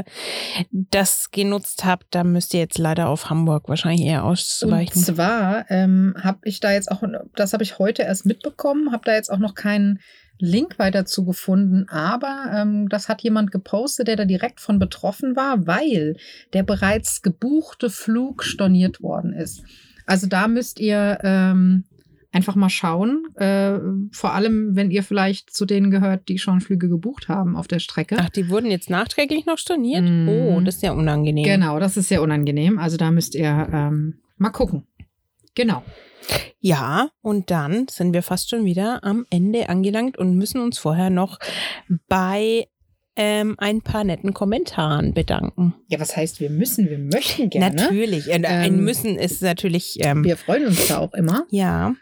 das genutzt habt, dann müsst ihr jetzt leider auf Hamburg wahrscheinlich eher ausweichen. Und zwar ähm, habe ich da jetzt auch, das habe ich heute erst mitbekommen, habe da jetzt auch noch keinen Link weiter zu gefunden, aber ähm, das hat jemand gepostet, der da direkt von betroffen war, weil der bereits gebuchte Flug storniert worden ist. Also da müsst ihr ähm, einfach mal schauen, äh, vor allem, wenn ihr vielleicht zu denen gehört, die schon Flüge gebucht haben auf der Strecke. Ach, die wurden jetzt nachträglich noch storniert? Mm. Oh, das ist ja unangenehm. Genau, das ist sehr unangenehm. Also da müsst ihr ähm, mal gucken. Genau. Ja, und dann sind wir fast schon wieder am Ende angelangt und müssen uns vorher noch bei ähm, ein paar netten Kommentaren bedanken. Ja, was heißt, wir müssen, wir möchten gerne. Natürlich, äh, ein Ähm, Müssen ist natürlich, ähm, Wir freuen uns da auch immer. ja.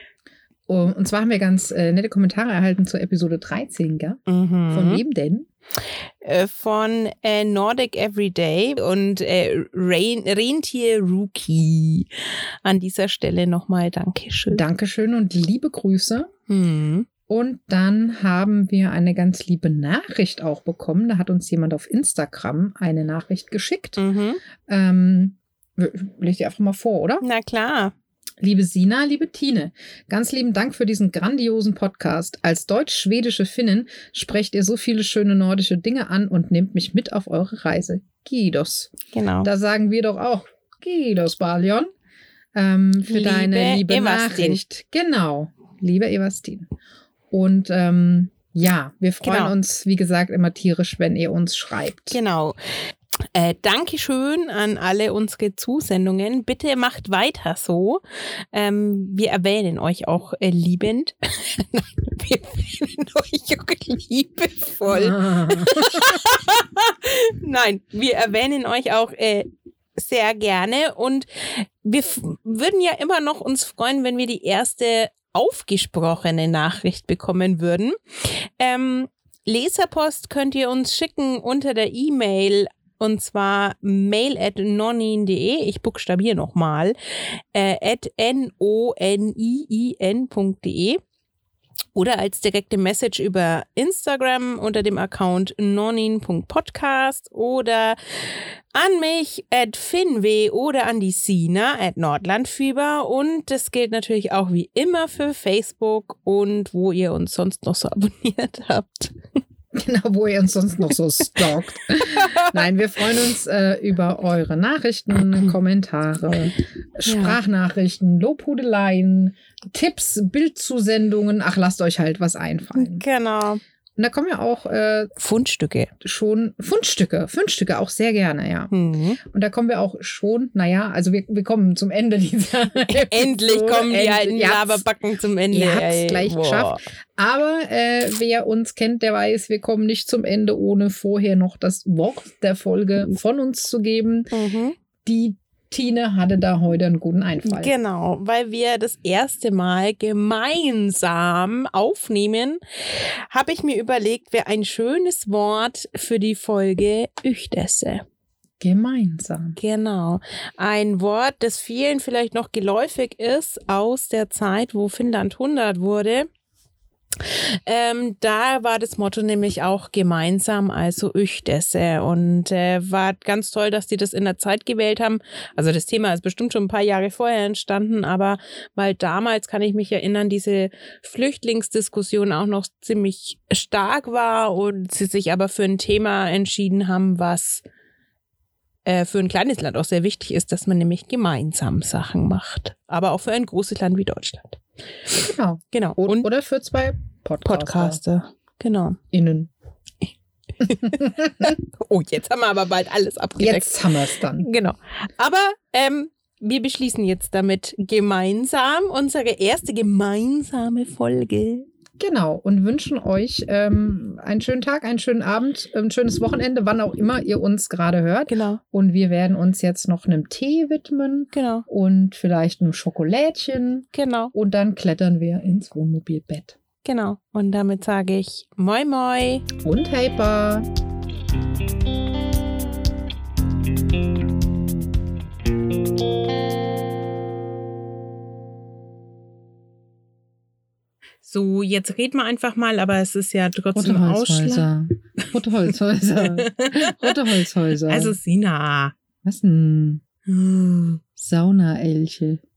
Und zwar haben wir ganz äh, nette Kommentare erhalten zur Episode dreizehn, gell? Mhm. Von wem denn? Äh, von äh, Nordic Everyday und äh, Rain, Rentier Rookie. An dieser Stelle nochmal Dankeschön. Dankeschön und liebe Grüße. Mhm. Und dann haben wir eine ganz liebe Nachricht auch bekommen. Da hat uns jemand auf Instagram eine Nachricht geschickt. Mhm. Ähm, lese ich einfach mal vor, oder? Na klar. Liebe Sina, liebe Tine, ganz lieben Dank für diesen grandiosen Podcast. Als deutsch-schwedische Finnin sprecht ihr so viele schöne nordische Dinge an und nehmt mich mit auf eure Reise. Kiitos. Genau. Da sagen wir doch auch Kiitos, Baljon, ähm, für Liebe deine liebe Evastin. Nachricht. Genau, liebe Evastin. Und ähm, ja, wir freuen Genau. uns, wie gesagt, immer tierisch, wenn ihr uns schreibt. Genau. Äh, Dankeschön an alle unsere Zusendungen. Bitte macht weiter so. Ähm, wir erwähnen euch auch äh, liebend. Nein, wir erwähnen euch auch liebevoll. Ah. Nein, wir erwähnen euch auch äh, sehr gerne und wir f- würden ja immer noch uns freuen, wenn wir die erste aufgesprochene Nachricht bekommen würden. Ähm, Leserpost könnt ihr uns schicken unter der E-Mail und zwar mail at nonin punkt de. Ich buchstabiere nochmal. Äh, at n o n i i n punkt de. Oder als direkte Message über Instagram unter dem Account nonin punkt podcast oder an mich at finwe oder an die Sina at nordlandfieber. Und das gilt natürlich auch wie immer für Facebook und wo ihr uns sonst noch so abonniert habt. Genau, wo ihr uns sonst noch so stalkt. Nein, wir freuen uns äh, über eure Nachrichten, Kommentare, Sprachnachrichten, Lobhudeleien, Tipps, Bildzusendungen. Ach, lasst euch halt was einfallen. Genau. Und da kommen ja auch äh, Fundstücke. schon Fundstücke, Fundstücke auch sehr gerne, ja. Mhm. Und da kommen wir auch schon, naja, also wir, wir kommen zum Ende dieser Endlich Episode. kommen die End- alten Ihr habt's- Laberbacken zum Ende. Ihr habt's ey. gleich Boah. geschafft. Aber äh, wer uns kennt, der weiß, wir kommen nicht zum Ende, ohne vorher noch das Wort der Folge von uns zu geben. Mhm. Die Tine hatte da heute einen guten Einfall. Genau, weil wir das erste Mal gemeinsam aufnehmen, habe ich mir überlegt, wäre ein schönes Wort für die Folge Üchtesse. Gemeinsam. Genau. Ein Wort, das vielen vielleicht noch geläufig ist aus der Zeit, wo Finnland hundert wurde. Ähm, da war das Motto nämlich auch gemeinsam, also Üchtesse. Und äh, war ganz toll, dass die das in der Zeit gewählt haben. Also das Thema ist bestimmt schon ein paar Jahre vorher entstanden, aber weil damals, kann ich mich erinnern, diese Flüchtlingsdiskussion auch noch ziemlich stark war und sie sich aber für ein Thema entschieden haben, was äh, für ein kleines Land auch sehr wichtig ist, dass man nämlich gemeinsam Sachen macht. Aber auch für ein großes Land wie Deutschland. Genau. Genau. Und, Und oder für zwei Podcaster. Podcaster. Genau. Innen. Oh, jetzt haben wir aber bald alles abgedeckt. Jetzt haben wir es dann. Genau. Aber ähm, wir beschließen jetzt damit gemeinsam unsere erste gemeinsame Folge. Genau, und wünschen euch ähm, einen schönen Tag, einen schönen Abend, ein schönes Wochenende, wann auch immer ihr uns gerade hört. Genau. Und wir werden uns jetzt noch einem Tee widmen. Genau. Und vielleicht einem Schokolädchen. Genau. Und dann klettern wir ins Wohnmobilbett. Genau. Und damit sage ich Moi Moi. Und Hyper. So, jetzt reden wir einfach mal, aber es ist ja trotzdem Rote Ausschlag. Holzhäuser. Rote Holzhäuser. Rote Holzhäuser. Also Sina. Was denn? Hm. Saunaelche.